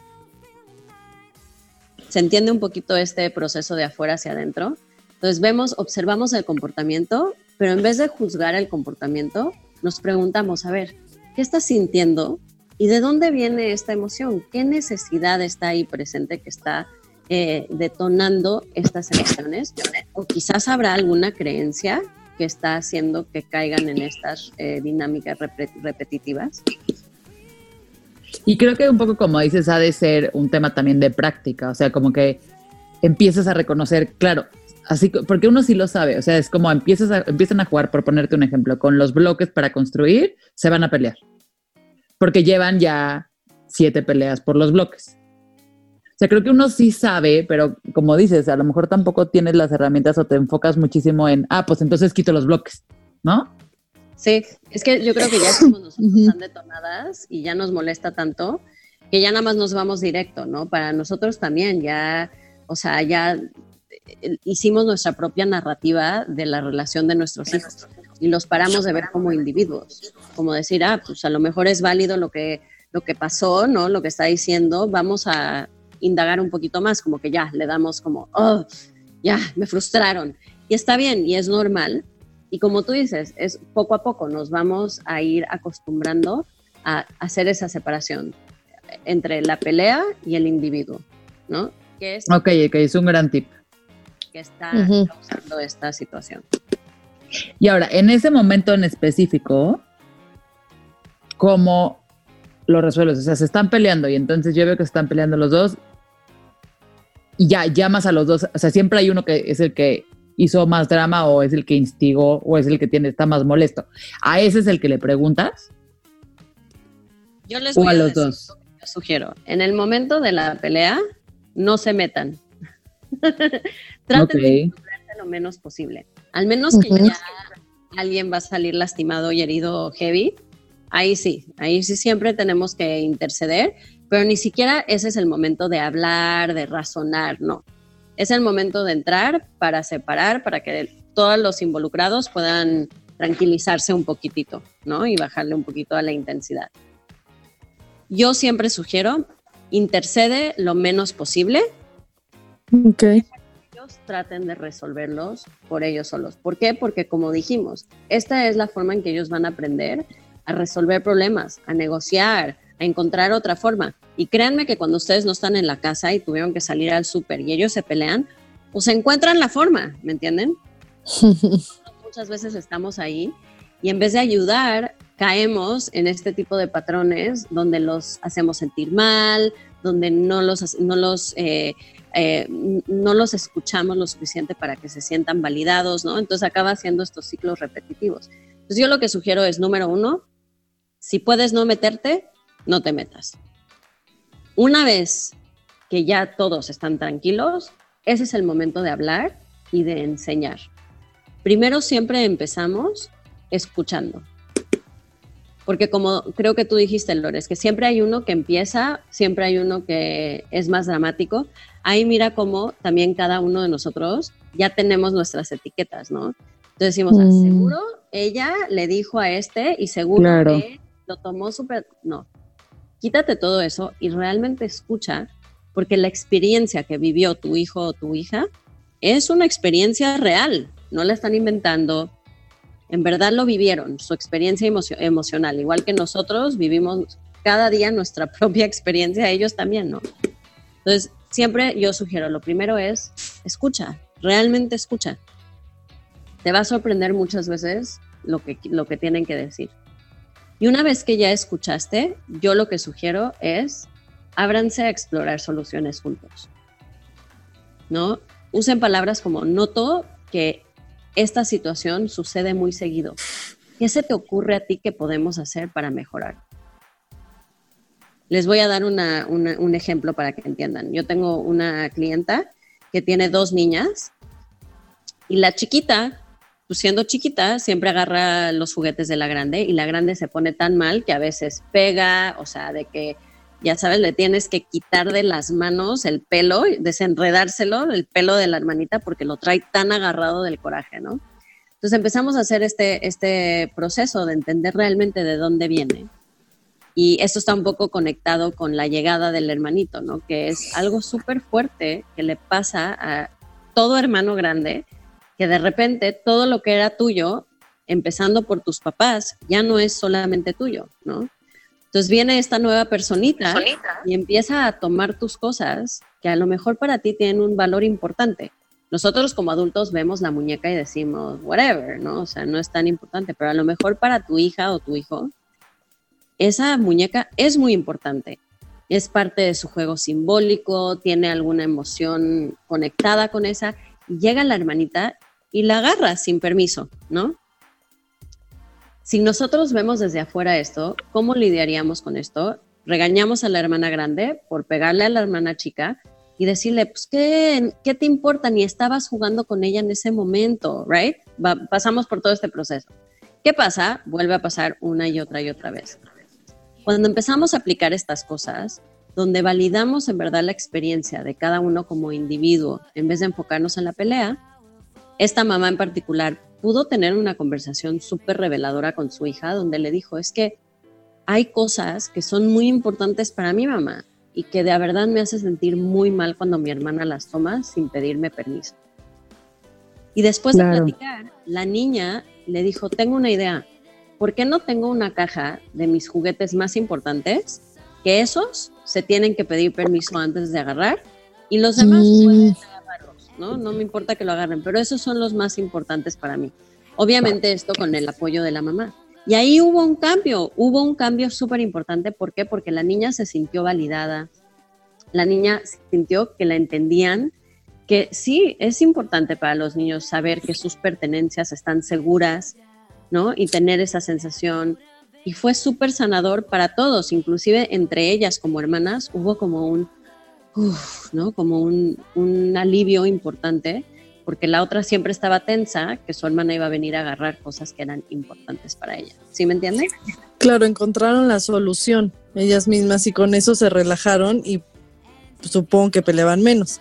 ¿Se entiende un poquito este proceso de afuera hacia adentro? Entonces vemos, observamos el comportamiento, pero en vez de juzgar el comportamiento, nos preguntamos, a ver, ¿qué estás sintiendo? ¿Y de dónde viene esta emoción? ¿Qué necesidad está ahí presente que está eh, detonando estas emociones? O quizás habrá alguna creencia que está haciendo que caigan en estas eh, dinámicas rep- repetitivas. Y creo que un poco, como dices, ha de ser un tema también de práctica, o sea, como que empiezas a reconocer, claro, así, porque uno sí lo sabe, o sea, es como empiezas a, empiezan a jugar, por ponerte un ejemplo, con los bloques para construir, se van a pelear, porque llevan ya siete peleas por los bloques. O sea, creo que uno sí sabe, pero como dices, a lo mejor tampoco tienes las herramientas o te enfocas muchísimo en, ah, pues entonces quito los bloques, ¿no? Sí, es que yo creo que ya somos nosotros tan detonadas y ya nos molesta tanto que ya nada más nos vamos directo, ¿no? Para nosotros también ya, o sea, ya hicimos nuestra propia narrativa de la relación de nuestros hijos y los paramos de ver como individuos, como decir, ah, pues a lo mejor es válido lo que, lo que pasó, ¿no? Lo que está diciendo, vamos a indagar un poquito más, como que ya le damos como, oh, ya, me frustraron. Y está bien, y es normal. Y como tú dices, es poco a poco nos vamos a ir acostumbrando a hacer esa separación entre la pelea y el individuo, ¿no? Que es, ok, ok, es un gran tip. Que está uh-huh. causando esta situación. Y ahora, en ese momento en específico, ¿cómo lo resuelves? O sea, se están peleando y entonces yo veo que se están peleando los dos y ya llamas a los dos. O sea, siempre hay uno que es el que hizo más drama o es el que instigó o es el que tiene, está más molesto. ¿A ese es el que le preguntas? Yo les ¿O voy a a los decir dos? lo que yo sugiero. En el momento de la pelea, no se metan. Traten Okay. de involucrarse lo menos posible. Al menos que Uh-huh. ya alguien va a salir lastimado y herido heavy, ahí sí, ahí sí siempre tenemos que interceder, pero ni siquiera ese es el momento de hablar, de razonar, no. Es el momento de entrar para separar, para que todos los involucrados puedan tranquilizarse un poquitito, ¿no? Y bajarle un poquito a la intensidad. Yo siempre sugiero, intercede lo menos posible. Ok. Ellos traten de resolverlos por ellos solos. ¿Por qué? Porque como dijimos, esta es la forma en que ellos van a aprender a resolver problemas, a negociar, a encontrar otra forma. Y créanme que cuando ustedes no están en la casa y tuvieron que salir al súper y ellos se pelean, pues encuentran la forma, ¿me entienden? Muchas veces estamos ahí y en vez de ayudar, caemos en este tipo de patrones donde los hacemos sentir mal, donde no los, no los, eh, eh, no los escuchamos lo suficiente para que se sientan validados, ¿no? Entonces acaba haciendo estos ciclos repetitivos. Entonces yo lo que sugiero es, número uno, si puedes no meterte, no te metas. Una vez que ya todos están tranquilos, ese es el momento de hablar y de enseñar. Primero siempre empezamos escuchando. Porque como creo que tú dijiste, Lores, que siempre hay uno que empieza, siempre hay uno que es más dramático. Ahí mira cómo también cada uno de nosotros ya tenemos nuestras etiquetas, ¿no? Entonces decimos, ah, Mm. seguro ella le dijo a este y seguro Claro. que lo tomó súper... No, quítate todo eso y realmente escucha, porque la experiencia que vivió tu hijo o tu hija es una experiencia real, no la están inventando. En verdad lo vivieron, su experiencia emocio- emocional, igual que nosotros vivimos cada día nuestra propia experiencia, ellos también, ¿no? Entonces, siempre yo sugiero, lo primero es, escucha, realmente escucha. Te va a sorprender muchas veces lo que, lo que tienen que decir. Y una vez que ya escuchaste, yo lo que sugiero es, ábranse a explorar soluciones juntos, ¿no? Usen palabras como, noto que esta situación sucede muy seguido. ¿Qué se te ocurre a ti que podemos hacer para mejorar? Les voy a dar una, una, un ejemplo para que entiendan. Yo tengo una clienta que tiene dos niñas y la chiquita, pues siendo chiquita, siempre agarra los juguetes de la grande y la grande se pone tan mal que a veces pega, o sea, de que, ya sabes, le tienes que quitar de las manos el pelo, desenredárselo, el pelo de la hermanita, porque lo trae tan agarrado del coraje, ¿no? Entonces empezamos a hacer este, este proceso de entender realmente de dónde viene. Y esto está un poco conectado con la llegada del hermanito, ¿no? Que es algo súper fuerte que le pasa a todo hermano grande, que de repente todo lo que era tuyo, empezando por tus papás, ya no es solamente tuyo, ¿no? Entonces viene esta nueva personita, personita y empieza a tomar tus cosas que a lo mejor para ti tienen un valor importante. Nosotros como adultos vemos la muñeca y decimos, whatever, ¿no? O sea, no es tan importante, pero a lo mejor para tu hija o tu hijo, esa muñeca es muy importante. Es parte de su juego simbólico, tiene alguna emoción conectada con esa. Y llega la hermanita y la agarra sin permiso, ¿no? Si nosotros vemos desde afuera esto, ¿cómo lidiaríamos con esto? Regañamos a la hermana grande por pegarle a la hermana chica y decirle, pues, ¿qué, qué te importa? Ni estabas jugando con ella en ese momento, ¿right? Va, pasamos por todo este proceso. ¿Qué pasa? Vuelve a pasar una y otra y otra vez. Cuando empezamos a aplicar estas cosas, donde validamos en verdad la experiencia de cada uno como individuo, en vez de enfocarnos en la pelea, esta mamá en particular pudo tener una conversación súper reveladora con su hija, donde le dijo, es que hay cosas que son muy importantes para mi mamá y que de verdad me hace sentir muy mal cuando mi hermana las toma sin pedirme permiso. Y después claro. de platicar, la niña le dijo, tengo una idea, ¿por qué no tengo una caja de mis juguetes más importantes? Que esos se tienen que pedir permiso antes de agarrar y los demás mm. pueden agarrarlos, ¿no? No me importa que lo agarren, pero esos son los más importantes para mí. Obviamente esto con el apoyo de la mamá. Y ahí hubo un cambio, hubo un cambio súper importante. ¿Por qué? Porque la niña se sintió validada, la niña sintió que la entendían, que sí, es importante para los niños saber que sus pertenencias están seguras, ¿no? Y tener esa sensación. Y fue súper sanador para todos, inclusive entre ellas como hermanas, hubo como un, uf, ¿no? Como un, un alivio importante, porque la otra siempre estaba tensa, que su hermana iba a venir a agarrar cosas que eran importantes para ella. ¿Sí me entienden? Claro, encontraron la solución ellas mismas y con eso se relajaron y supongo que peleaban menos.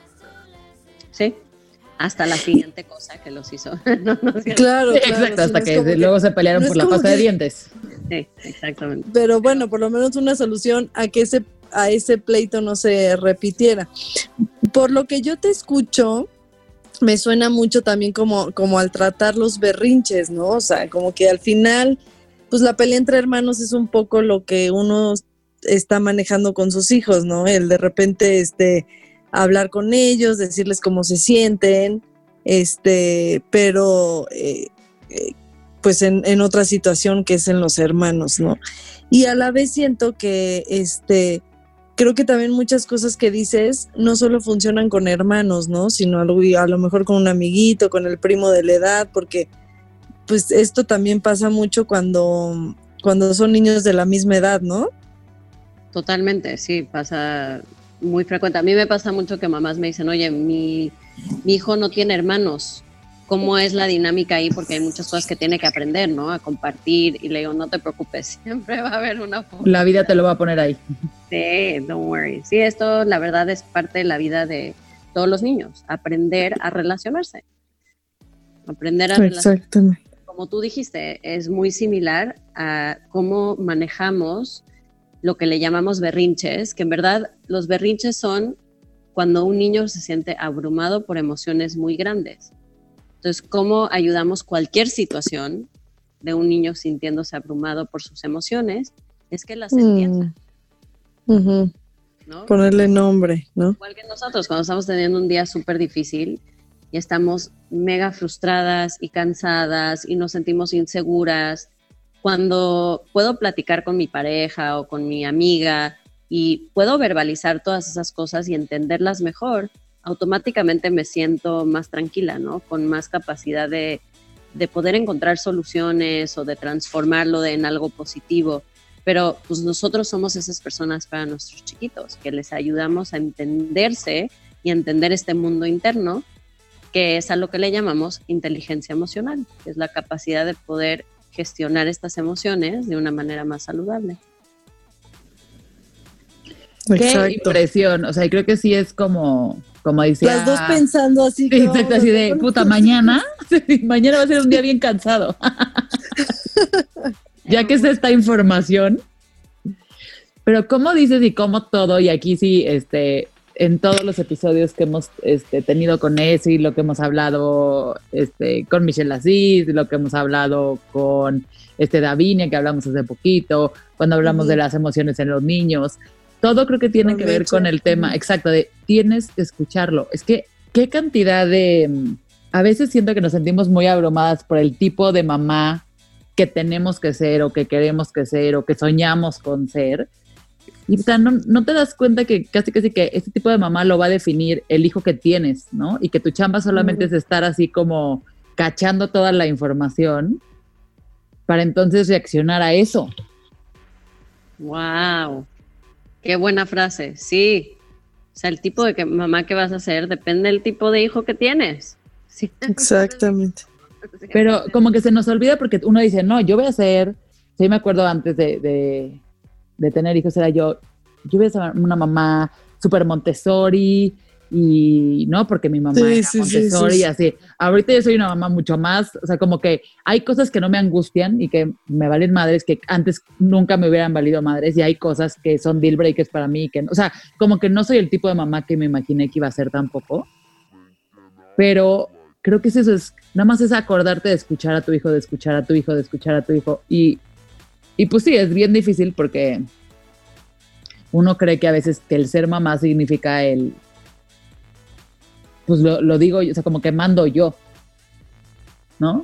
Sí. Hasta la siguiente cosa que los hizo. no, no, claro, claro. Exacto, sí, hasta no que, que luego se pelearon no por la pasta que... de dientes. Sí, exactamente. Pero bueno, por lo menos una solución a que ese, a ese pleito no se repitiera. Por lo que yo te escucho, me suena mucho también como, como al tratar los berrinches, ¿no? O sea, como que al final, pues la pelea entre hermanos es un poco lo que uno está manejando con sus hijos, ¿no? El de repente, este... hablar con ellos, decirles cómo se sienten, este, pero eh, eh, pues en, en otra situación que es en los hermanos, ¿no? Y a la vez siento que este, creo que también muchas cosas que dices no solo funcionan con hermanos, ¿no? Sino a lo, a lo mejor con un amiguito, con el primo de la edad, porque pues esto también pasa mucho cuando, cuando son niños de la misma edad, ¿no? Totalmente, sí, pasa muy frecuente. A mí me pasa mucho que mamás me dicen, oye, mi, mi hijo no tiene hermanos, ¿cómo es la dinámica ahí? Porque hay muchas cosas que tiene que aprender, ¿no? A compartir, y le digo, no te preocupes, siempre va a haber una forma. La vida te lo va a poner ahí. Sí, don't worry. Sí, esto la verdad es parte de la vida de todos los niños, aprender a relacionarse. Aprender a relacionarse. Exactamente. Como tú dijiste, es muy similar a cómo manejamos lo que le llamamos berrinches, que en verdad los berrinches son cuando un niño se siente abrumado por emociones muy grandes. Entonces, ¿cómo ayudamos cualquier situación de un niño sintiéndose abrumado por sus emociones? Es que las entienda. Mm. Uh-huh. ¿No? Ponerle nombre, ¿no? Igual que nosotros, cuando estamos teniendo un día súper difícil y estamos mega frustradas y cansadas y nos sentimos inseguras, cuando puedo platicar con mi pareja o con mi amiga y puedo verbalizar todas esas cosas y entenderlas mejor, automáticamente me siento más tranquila, ¿no? Con más capacidad de, de poder encontrar soluciones o de transformarlo de, en algo positivo. pero pues nosotros somos esas personas para nuestros chiquitos, que les ayudamos a entenderse y a entender este mundo interno, que es a lo que le llamamos inteligencia emocional, que es la capacidad de poder gestionar estas emociones de una manera más saludable. Exacto. Qué impresión, o sea, creo que sí es como, como decía... Las dos pensando así. Sí, exacto, así de, puta, mañana, mañana va a ser un día bien cansado. Ya que es esta información. Pero cómo dices y cómo todo, y aquí sí, este, en todos los episodios que hemos este, tenido con Esi, lo que hemos hablado este, con Michelle Asís, lo que hemos hablado con este, Davinia, que hablamos hace poquito, cuando hablamos uh-huh. de las emociones en los niños, todo creo que tiene con que ver con el tema, uh-huh. exacto, de tienes que escucharlo. Es que, qué cantidad de, a veces siento que nos sentimos muy abrumadas por el tipo de mamá que tenemos que ser, o que queremos que ser, o que soñamos con ser. Y o sea, no, no te das cuenta que casi casi que este tipo de mamá lo va a definir el hijo que tienes, ¿no? Y que tu chamba solamente uh-huh. es estar así como cachando toda la información para entonces reaccionar a eso. ¡Wow! ¡Qué buena frase! Sí. O sea, el tipo de que, mamá que vas a ser depende del tipo de hijo que tienes. Sí. Exactamente. Pero como que se nos olvida porque uno dice, no, yo voy a ser... Sí, me acuerdo antes de... de de tener hijos, era yo, yo voy a ser una mamá súper Montessori, y no, porque mi mamá sí, era sí, Montessori, sí, sí. y así. Ahorita yo soy una mamá mucho más, o sea, como que hay cosas que no me angustian y que me valen madres, que antes nunca me hubieran valido madres, y hay cosas que son deal breakers para mí, que, o sea, como que no soy el tipo de mamá que me imaginé que iba a ser tampoco, pero creo que es eso, es, nada más es acordarte de escuchar a tu hijo, de escuchar a tu hijo, de escuchar a tu hijo, y Y pues sí, es bien difícil porque uno cree que a veces que el ser mamá significa el, pues lo, lo digo yo, o sea, como que mando yo, ¿no?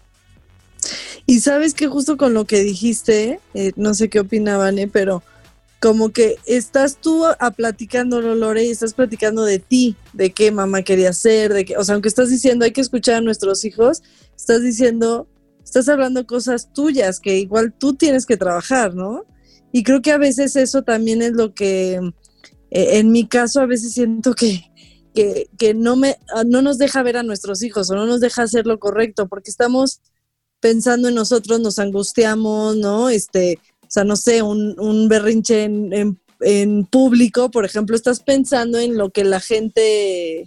Y sabes que justo con lo que dijiste, eh, no sé qué opina Vane, pero como que estás tú a, a platicándolo, Lore, y estás platicando de ti, de qué mamá quería ser, de qué, o sea, aunque estás diciendo hay que escuchar a nuestros hijos, estás diciendo... Estás hablando cosas tuyas que igual tú tienes que trabajar, ¿no? Y creo que a veces eso también es lo que, eh, en mi caso, a veces siento que, que, que no, me, no nos deja ver a nuestros hijos o no nos deja hacer lo correcto, porque estamos pensando en nosotros, nos angustiamos, ¿no? Este, o sea, no sé, un, un berrinche en, en, en público, por ejemplo, estás pensando en lo que la gente...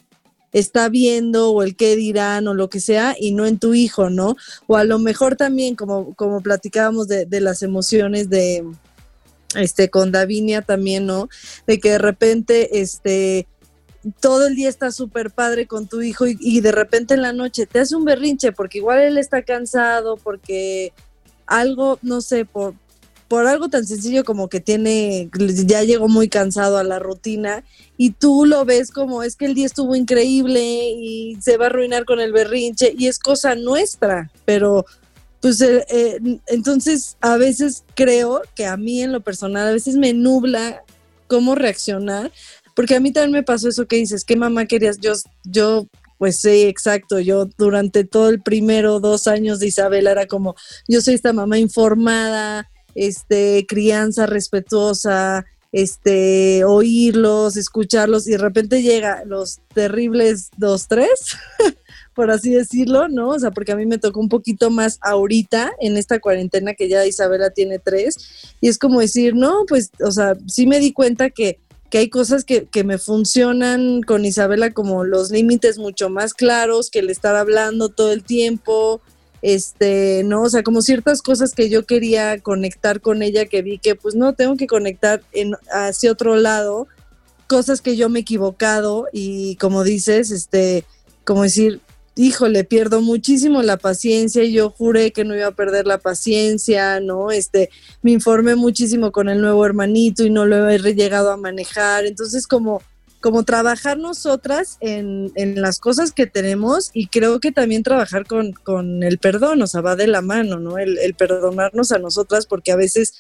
está viendo o el qué dirán o lo que sea y no en tu hijo, ¿no? O a lo mejor también, como, como platicábamos de, de las emociones de, este, con Davinia también, ¿no? De que de repente, este, todo el día está súper padre con tu hijo y, y de repente en la noche te hace un berrinche porque igual él está cansado, porque algo, no sé, por... por algo tan sencillo como que tiene, ya llegó muy cansado a la rutina y tú lo ves como es que el día estuvo increíble y se va a arruinar con el berrinche y es cosa nuestra, pero pues eh, eh, entonces a veces creo que a mí en lo personal a veces me nubla cómo reaccionar, porque a mí también me pasó eso que dices, ¿qué mamá querías? Yo, yo pues sí, exacto, yo durante todo el primero dos años de Isabela era como, yo soy esta mamá informada, este, crianza respetuosa, este, oírlos, escucharlos, y de repente llega los terribles dos, tres, por así decirlo, ¿no? O sea, porque a mí me tocó un poquito más ahorita, en esta cuarentena que ya Isabela tiene tres, y es como decir, no, pues, o sea, sí me di cuenta que, que hay cosas que, que me funcionan con Isabela, como los límites mucho más claros, que el estar hablando todo el tiempo, este, no, o sea, como ciertas cosas que yo quería conectar con ella, que vi que pues no, tengo que conectar en, hacia otro lado, cosas que yo me he equivocado y como dices, este, como decir, híjole, pierdo muchísimo la paciencia y yo juré que no iba a perder la paciencia, ¿no? Este, me informé muchísimo con el nuevo hermanito y no lo he llegado a manejar, entonces como como trabajar nosotras en, en las cosas que tenemos y creo que también trabajar con, con el perdón, o sea, va de la mano, ¿no? El, el perdonarnos a nosotras porque a veces,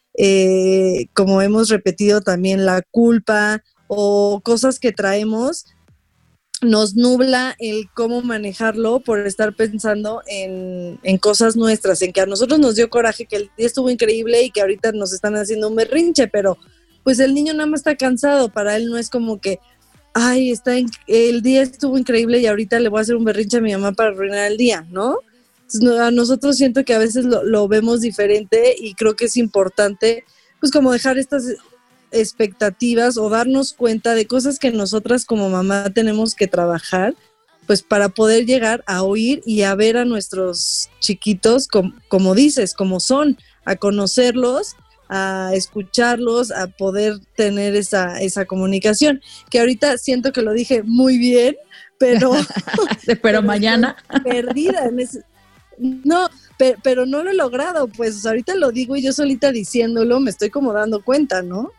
eh, como hemos repetido también, la culpa o cosas que traemos, nos nubla el cómo manejarlo por estar pensando en, en cosas nuestras, en que a nosotros nos dio coraje, que el día estuvo increíble y que ahorita nos están haciendo un berrinche, pero pues el niño nada más está cansado, para él no es como que, ay, está en, el día estuvo increíble y ahorita le voy a hacer un berrinche a mi mamá para arruinar el día, ¿no? Entonces, no, a nosotros siento que a veces lo, lo vemos diferente y creo que es importante, pues como dejar estas expectativas o darnos cuenta de cosas que nosotras como mamá tenemos que trabajar, pues para poder llegar a oír y a ver a nuestros chiquitos com, como dices, como son, a conocerlos, a escucharlos, a poder tener esa, esa comunicación, que ahorita siento que lo dije muy bien, pero... pero, pero mañana... Perdida en ese... No, pero, pero no lo he logrado, pues ahorita lo digo y yo solita diciéndolo me estoy como dando cuenta, ¿no?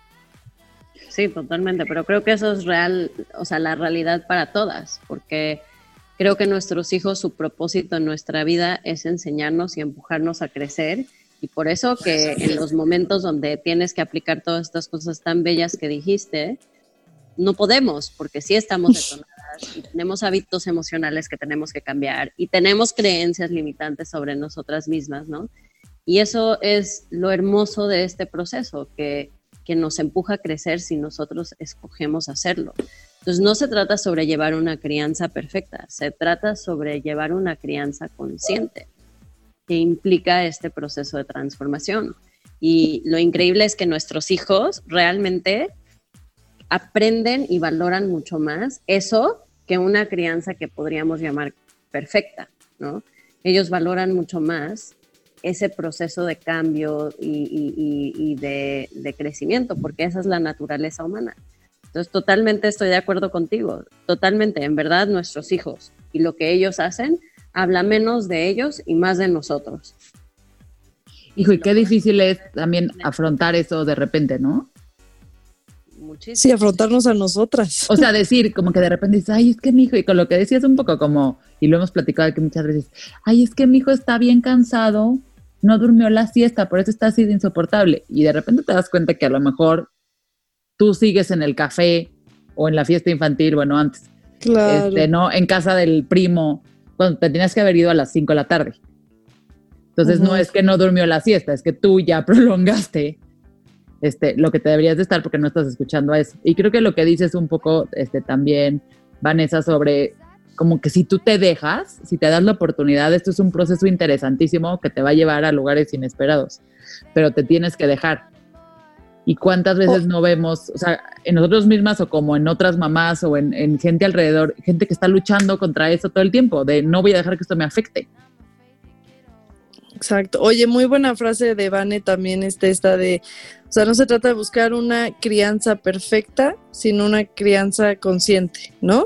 Sí, totalmente, pero creo que eso es real, o sea, la realidad para todas, porque creo que nuestros hijos, su propósito en nuestra vida es enseñarnos y empujarnos a crecer, y por eso que en los momentos donde tienes que aplicar todas estas cosas tan bellas que dijiste, no podemos, porque sí estamos detonadas y tenemos hábitos emocionales que tenemos que cambiar y tenemos creencias limitantes sobre nosotras mismas, ¿no? Y eso es lo hermoso de este proceso, que que nos empuja a crecer si nosotros escogemos hacerlo. Entonces no se trata sobre llevar una crianza perfecta, se trata sobre llevar una crianza consciente, que implica este proceso de transformación. Y lo increíble es que nuestros hijos realmente aprenden y valoran mucho más eso que una crianza que podríamos llamar perfecta, ¿no? Ellos valoran mucho más ese proceso de cambio y, y, y de, de crecimiento, porque esa es la naturaleza humana. Entonces, totalmente estoy de acuerdo contigo, totalmente, en verdad, nuestros hijos y lo que ellos hacen, habla menos de ellos y más de nosotros. Hijo, y qué difícil es también afrontar eso de repente, ¿no? Muchísimo. Sí, afrontarnos a nosotras. O sea, decir como que de repente dices, ay, es que mi hijo, y con lo que decías un poco como, y lo hemos platicado aquí muchas veces, ay, es que mi hijo está bien cansado, no durmió la siesta, por eso está así de insoportable. Y de repente te das cuenta que a lo mejor tú sigues en el café o en la fiesta infantil, bueno, antes, claro. este, ¿no? En casa del primo, cuando te tenías que haber ido a las cinco de la tarde. Entonces uh-huh. no es que no durmió la siesta, es que tú ya prolongaste este, lo que te deberías de estar porque no estás escuchando a eso. Y creo que lo que dices un poco este, también, Vanessa, sobre como que si tú te dejas, si te das la oportunidad, esto es un proceso interesantísimo que te va a llevar a lugares inesperados, pero te tienes que dejar. ¿Y cuántas veces oh. no vemos, o sea, en nosotros mismas o como en otras mamás o en, en gente alrededor, gente que está luchando contra eso todo el tiempo, de no voy a dejar que esto me afecte? Exacto. Oye, muy buena frase de Vane también este, esta de, o sea, no se trata de buscar una crianza perfecta, sino una crianza consciente, ¿no?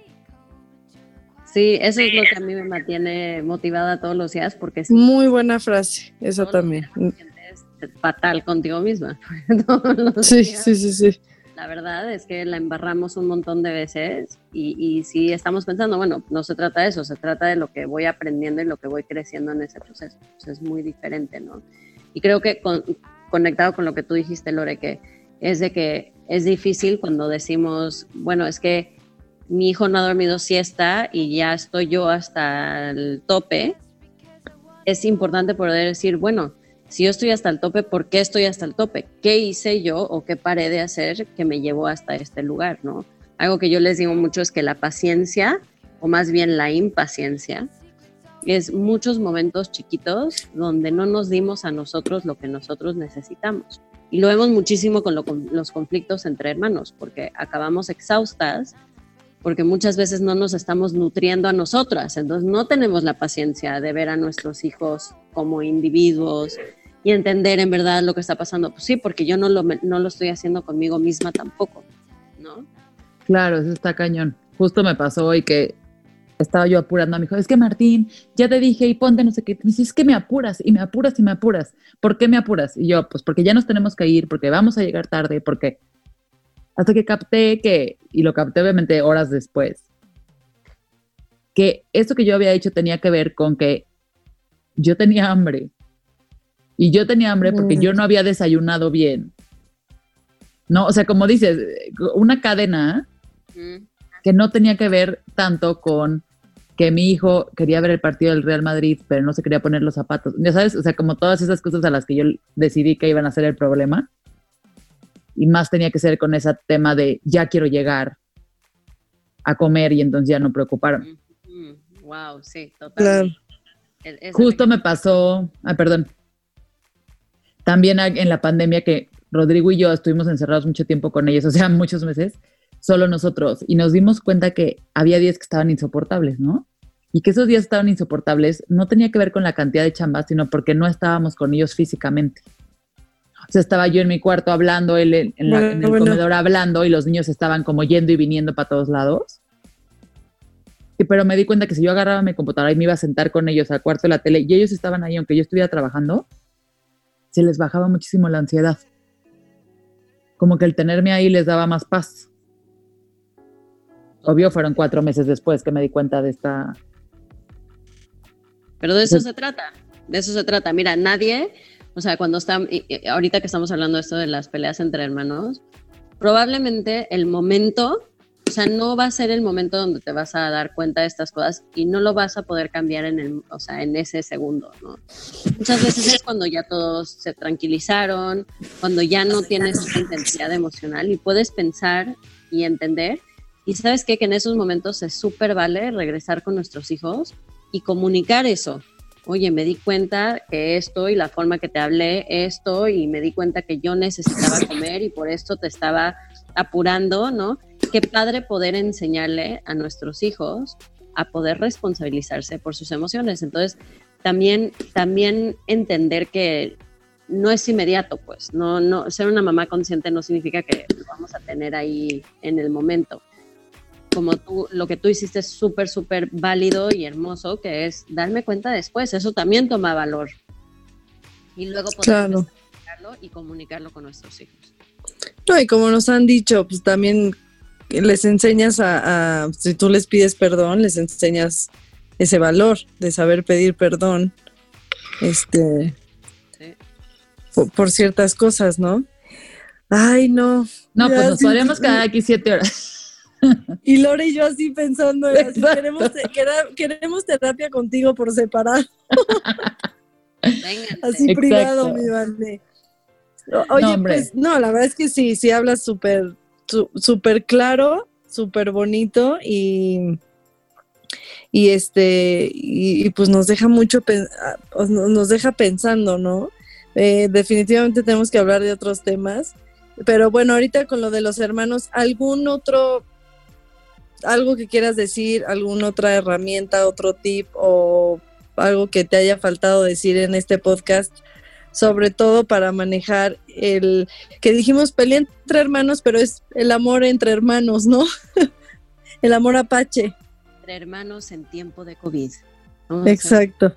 Sí, eso es lo que a mí me mantiene motivada todos los días, porque sí, muy buena frase, esa también. Es fatal contigo misma. Sí, sí, sí, sí. La verdad es que la embarramos un montón de veces y, y sí estamos pensando, bueno, no se trata de eso, se trata de lo que voy aprendiendo y lo que voy creciendo en ese proceso. Pues es muy diferente, ¿no? Y creo que con, conectado con lo que tú dijiste, Lore, que es de que es difícil cuando decimos, bueno, es que mi hijo no ha dormido siesta y ya estoy yo hasta el tope. Es importante poder decir, bueno, si yo estoy hasta el tope, ¿por qué estoy hasta el tope? ¿Qué hice yo o qué paré de hacer que me llevó hasta este lugar, ¿no? Algo que yo les digo mucho es que la paciencia, o más bien la impaciencia, es muchos momentos chiquitos donde no nos dimos a nosotros lo que nosotros necesitamos. Y lo vemos muchísimo con, lo, con los conflictos entre hermanos, porque acabamos exhaustas, porque muchas veces no nos estamos nutriendo a nosotras, entonces no tenemos la paciencia de ver a nuestros hijos como individuos y entender en verdad lo que está pasando. Pues sí, porque yo no lo, no lo estoy haciendo conmigo misma tampoco, ¿no? Claro, eso está cañón. Justo me pasó hoy que estaba yo apurando a mi hijo, es que Martín, ya te dije y ponte no sé qué, me dice, es que me apuras y me apuras y me apuras. ¿Por qué me apuras? Y yo, pues porque ya nos tenemos que ir, porque vamos a llegar tarde, porque... Hasta que capté que, y lo capté obviamente horas después, que esto que yo había dicho tenía que ver con que yo tenía hambre. Y yo tenía hambre porque yo no había desayunado bien. No, o sea, como dices, una cadena que no tenía que ver tanto con que mi hijo quería ver el partido del Real Madrid, pero no se quería poner los zapatos. Ya sabes, o sea, como todas esas cosas a las que yo decidí que iban a ser el problema. Y más tenía que ser con ese tema de ya quiero llegar a comer y entonces ya no preocuparme. Mm-hmm. Wow, sí, total. Claro. El, Justo me pasó, ah, perdón, también en la pandemia que Rodrigo y yo estuvimos encerrados mucho tiempo con ellos, o sea, muchos meses, solo nosotros, y nos dimos cuenta que había días que estaban insoportables, ¿no? Y que esos días estaban insoportables no tenía que ver con la cantidad de chambas, sino porque no estábamos con ellos físicamente. O sea, estaba yo en mi cuarto hablando, él en, en, la, bueno, en el bueno. comedor hablando, y los niños estaban como yendo y viniendo para todos lados. Y, pero me di cuenta que si yo agarraba mi computadora y me iba a sentar con ellos al cuarto de la tele, y ellos estaban ahí, aunque yo estuviera trabajando, se les bajaba muchísimo la ansiedad. Como que el tenerme ahí les daba más paz. Obvio, fueron cuatro meses después que me di cuenta de esta... Pero de eso se trata, de eso se trata. Mira, nadie, o sea, cuando está, ahorita que estamos hablando de esto de las peleas entre hermanos, probablemente el momento, o sea, no va a ser el momento donde te vas a dar cuenta de estas cosas y no lo vas a poder cambiar en el, o sea, en ese segundo, ¿no? Muchas veces es cuando ya todos se tranquilizaron, cuando ya no tienes esa intensidad emocional y puedes pensar y entender. Y ¿sabes qué? Que en esos momentos se súper vale regresar con nuestros hijos y comunicar eso. Oye, me di cuenta que esto y la forma que te hablé, esto, y me di cuenta que yo necesitaba comer y por esto te estaba apurando, ¿no? Qué padre poder enseñarle a nuestros hijos a poder responsabilizarse por sus emociones. Entonces, también, también entender que no es inmediato, pues. No, no, ser una mamá consciente no significa que lo vamos a tener ahí en el momento. Como tú, lo que tú hiciste es súper, súper válido y hermoso, que es darme cuenta después. Eso también toma valor. Y luego poder claro. comunicarlo y comunicarlo con nuestros hijos. No, y como nos han dicho, pues también les enseñas a, a, si tú les pides perdón, les enseñas ese valor de saber pedir perdón este, sí. por, por ciertas cosas, ¿no? Ay, no. No, pues nos podríamos quedar aquí siete horas. Y Lore y yo así pensando, así, queremos, te, queremos terapia contigo por separado. Así exacto. Privado, mi Vane. Oye, no, pues no, la verdad es que sí, sí hablas súper, súper claro, súper bonito y, y este, y, y pues nos deja mucho, nos deja pensando, ¿no? Eh, definitivamente tenemos que hablar de otros temas, pero bueno, ahorita con lo de los hermanos, ¿algún otro... algo que quieras decir, alguna otra herramienta, otro tip o algo que te haya faltado decir en este podcast, sobre todo para manejar el que dijimos pelea entre hermanos, pero es el amor entre hermanos, ¿no? El amor apache. Entre hermanos en tiempo de COVID. Exacto.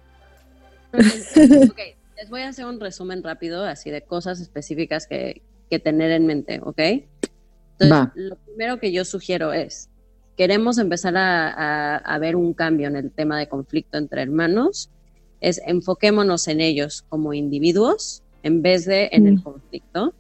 Ok, les voy a hacer un resumen rápido, así de cosas específicas que, que tener en mente, ¿ok? Entonces, Va. Lo primero que yo sugiero es, queremos empezar a, a, a ver un cambio en el tema de conflicto entre hermanos, es enfoquémonos en ellos como individuos en vez de en mm. el conflicto.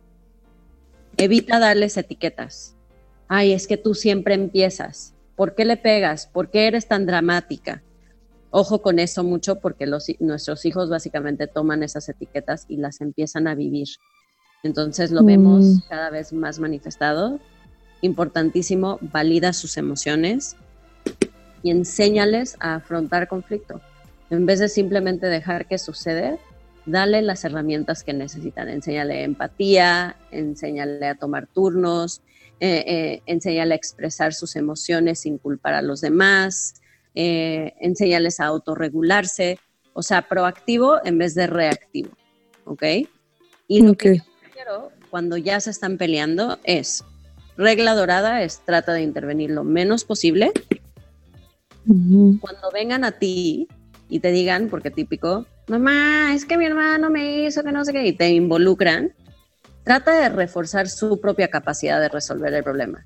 Evita darles etiquetas. Ay, es que tú siempre empiezas. ¿Por qué le pegas? ¿Por qué eres tan dramática? Ojo con eso mucho porque los, nuestros hijos básicamente toman esas etiquetas y las empiezan a vivir. Entonces lo mm. vemos cada vez más manifestado. Importantísimo, valida sus emociones y enséñales a afrontar conflicto. En vez de simplemente dejar que suceda, dale las herramientas que necesitan. Enséñale empatía, enséñale a tomar turnos, eh, eh, enséñale a expresar sus emociones sin culpar a los demás, eh, enséñales a autorregularse, o sea, proactivo en vez de reactivo, ¿ok? Y lo okay. que yo quiero cuando ya se están peleando es... regla dorada es trata de intervenir lo menos posible. Uh-huh. Cuando vengan a ti y te digan, porque típico, mamá, es que mi hermano me hizo que no sé qué, y te involucran, trata de reforzar su propia capacidad de resolver el problema.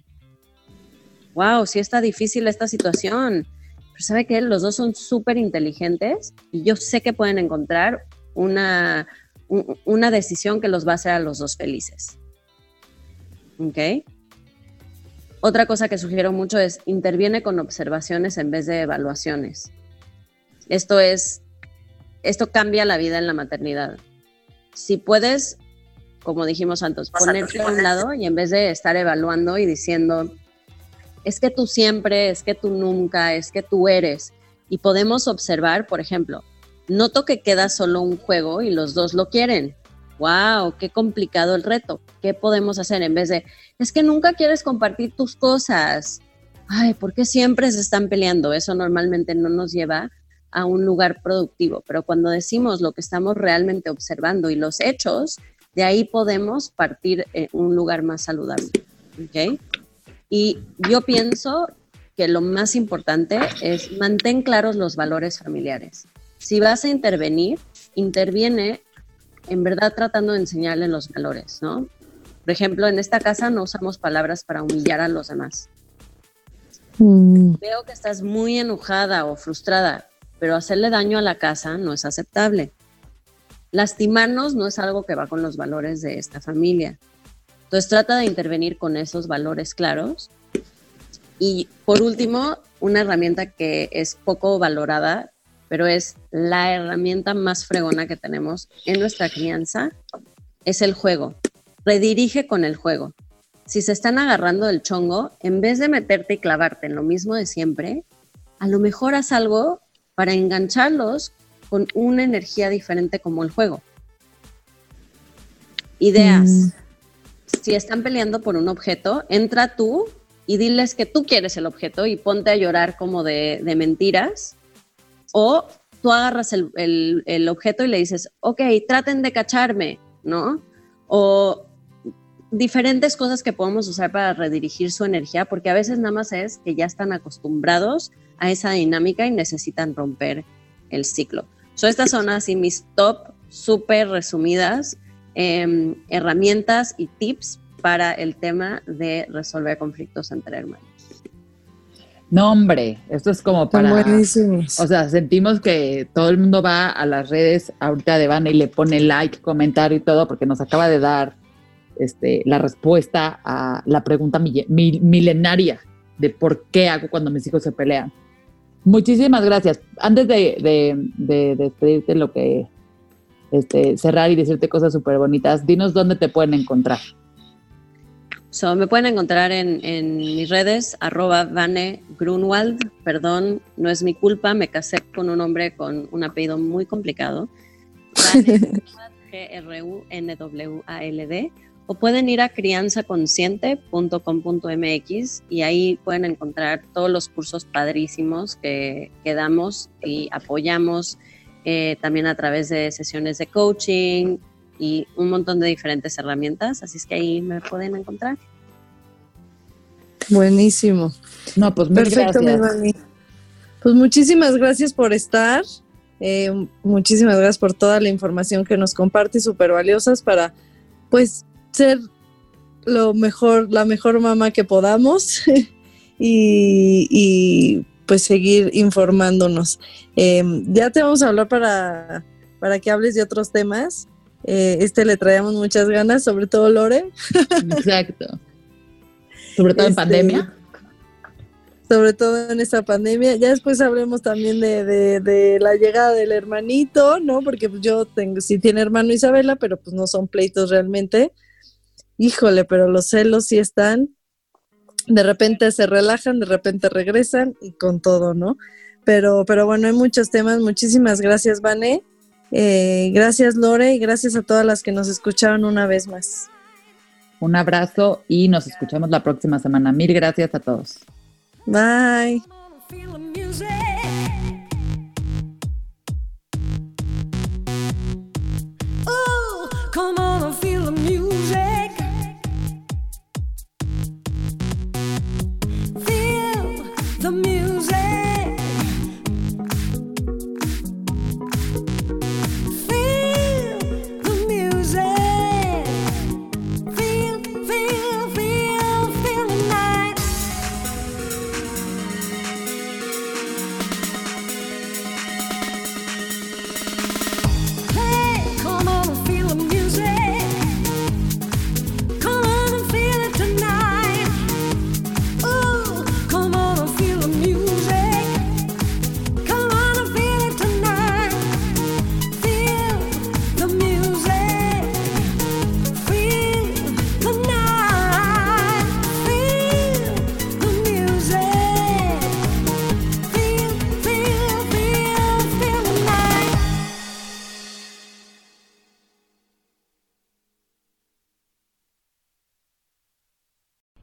Wow, sí está difícil esta situación, pero ¿sabe qué? Los dos son súper inteligentes y yo sé que pueden encontrar una, un, una decisión que los va a hacer a los dos felices. ¿Ok? Otra cosa que sugiero mucho es interviene con observaciones en vez de evaluaciones. Esto es, esto cambia la vida en la maternidad. Si puedes, como dijimos antes, ponerte a un lado y en vez de estar evaluando y diciendo, es que tú siempre, es que tú nunca, es que tú eres. Y podemos observar, por ejemplo, noto que queda solo un juego y los dos lo quieren. ¡Wow! ¡Qué complicado el reto! ¿Qué podemos hacer en vez de, es que nunca quieres compartir tus cosas? Ay, ¿por qué siempre se están peleando? Eso normalmente no nos lleva a un lugar productivo. Pero cuando decimos lo que estamos realmente observando y los hechos, de ahí podemos partir en un lugar más saludable. ¿Ok? Y yo pienso que lo más importante es mantén claros los valores familiares. Si vas a intervenir, interviene en verdad tratando de enseñarle los valores, ¿no? Por ejemplo, en esta casa no usamos palabras para humillar a los demás. Mm. Veo que estás muy enojada o frustrada, pero hacerle daño a la casa no es aceptable. Lastimarnos no es algo que va con los valores de esta familia. Entonces trata de intervenir con esos valores claros. Y por último, una herramienta que es poco valorada, pero es la herramienta más fregona que tenemos en nuestra crianza, es el juego. Redirige con el juego. Si se están agarrando del chongo, en vez de meterte y clavarte en lo mismo de siempre, a lo mejor haz algo para engancharlos con una energía diferente como el juego. Ideas. Mm. Si están peleando por un objeto, entra tú y diles que tú quieres el objeto y ponte a llorar como de, de mentiras. O tú agarras el, el, el objeto y le dices, ok, traten de cacharme, ¿no? O diferentes cosas que podemos usar para redirigir su energía, porque a veces nada más es que ya están acostumbrados a esa dinámica y necesitan romper el ciclo. So, estas son así mis top, súper resumidas, eh, herramientas y tips para el tema de resolver conflictos entre hermanos. No, hombre, esto es como para... Buenísimos. O sea, sentimos que todo el mundo va a las redes ahorita de Vane y le pone like, comentario y todo, porque nos acaba de dar este, la respuesta a la pregunta mil, mil, milenaria de por qué hago cuando mis hijos se pelean. Muchísimas gracias. Antes de, de, de, de despedirte, lo que este, cerrar y decirte cosas súper bonitas, dinos dónde te pueden encontrar. So, me pueden encontrar en, en mis redes, arroba Vane Grunwald. Perdón, no es mi culpa, me casé con un hombre con un apellido muy complicado. Vane G R U N W A L D. O pueden ir a crianza consciente punto com punto m x y ahí pueden encontrar todos los cursos padrísimos que, que damos y apoyamos eh, también a través de sesiones de coaching y un montón de diferentes herramientas, así es que ahí me pueden encontrar. Buenísimo. No, pues muchas Perfecto, gracias. mi Vani. Pues muchísimas gracias por estar, eh, muchísimas gracias por toda la información que nos compartes, súper valiosas para, pues, ser lo mejor, la mejor mamá que podamos y, y pues seguir informándonos. Eh, ya te vamos a hablar para, para que hables de otros temas. Eh, este le traíamos muchas ganas, sobre todo Lore. Exacto. Sobre todo este, en pandemia. Sobre todo en esta pandemia. Ya después hablemos también de, de, de la llegada del hermanito, ¿no? Porque pues yo tengo, sí tiene hermano Isabela, pero pues no son pleitos realmente. Híjole, pero los celos sí están. De repente se relajan, de repente regresan y con todo, ¿no? Pero, pero bueno, hay muchos temas. Muchísimas gracias, Vane. Eh, gracias, Lore, y gracias a todas las que nos escucharon una vez más. Un abrazo y nos escuchamos la próxima semana. Mil gracias a todos. Bye. Come on and feel the music. Feel the music. Feel the music. Feel, feel, feel, feel the night.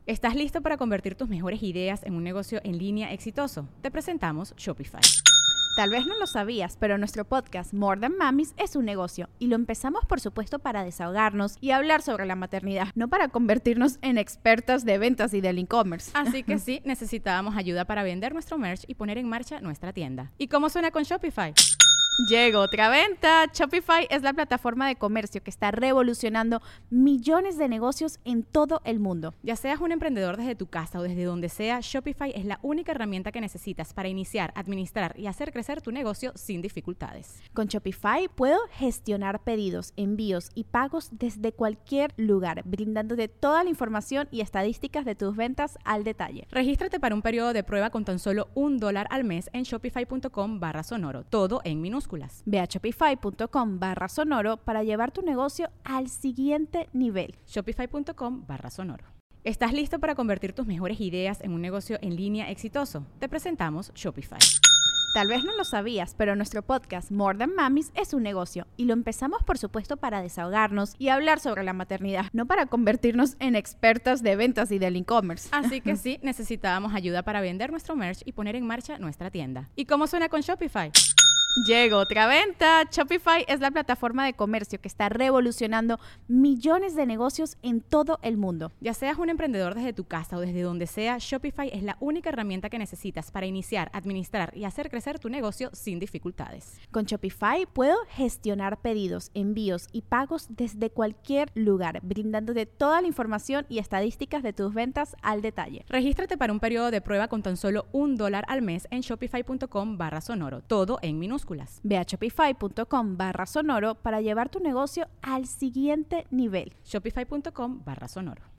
¿Estás listo para convertir tus mejores ideas en un negocio en línea exitoso? Te presentamos Shopify. Tal vez no lo sabías, pero nuestro podcast More Than Mamis es un negocio y lo empezamos por supuesto para desahogarnos y hablar sobre la maternidad, no para convertirnos en expertas de ventas y del e-commerce. Así que sí, necesitábamos ayuda para vender nuestro merch y poner en marcha nuestra tienda. ¿Y cómo suena con Shopify? Llegó otra venta. Shopify es la plataforma de comercio que está revolucionando millones de negocios en todo el mundo. Ya seas un emprendedor desde tu casa o desde donde sea, Shopify es la única herramienta que necesitas para iniciar, administrar y hacer crecer tu negocio sin dificultades. Con Shopify puedo gestionar pedidos, envíos y pagos desde cualquier lugar, brindándote toda la información y estadísticas de tus ventas al detalle. Regístrate para un periodo de prueba con tan solo un dólar al mes en shopify.com barra sonoro, todo en minúsculas. Ve a shopify.com barra sonoro para llevar tu negocio al siguiente nivel. Shopify.com barra sonoro. ¿Estás listo para convertir tus mejores ideas en un negocio en línea exitoso? Te presentamos Shopify. Tal vez no lo sabías, pero nuestro podcast More Than Mamis es un negocio y lo empezamos por supuesto para desahogarnos y hablar sobre la maternidad, no para convertirnos en expertas de ventas y del e-commerce. Así que sí, necesitábamos ayuda para vender nuestro merch y poner en marcha nuestra tienda. ¿Y cómo suena con Shopify? Llegó otra venta. Shopify es la plataforma de comercio que está revolucionando millones de negocios en todo el mundo. Ya seas un emprendedor desde tu casa o desde donde sea, Shopify es la única herramienta que necesitas para iniciar, administrar y hacer crecer tu negocio sin dificultades. Con Shopify puedo gestionar pedidos, envíos y pagos desde cualquier lugar, brindándote toda la información y estadísticas de tus ventas al detalle. Regístrate para un periodo de prueba con tan solo un dólar al mes en shopify.com barra sonoro, todo en minúsculas. Ve a shopify.com barra sonoro para llevar tu negocio al siguiente nivel. Shopify.com barra sonoro.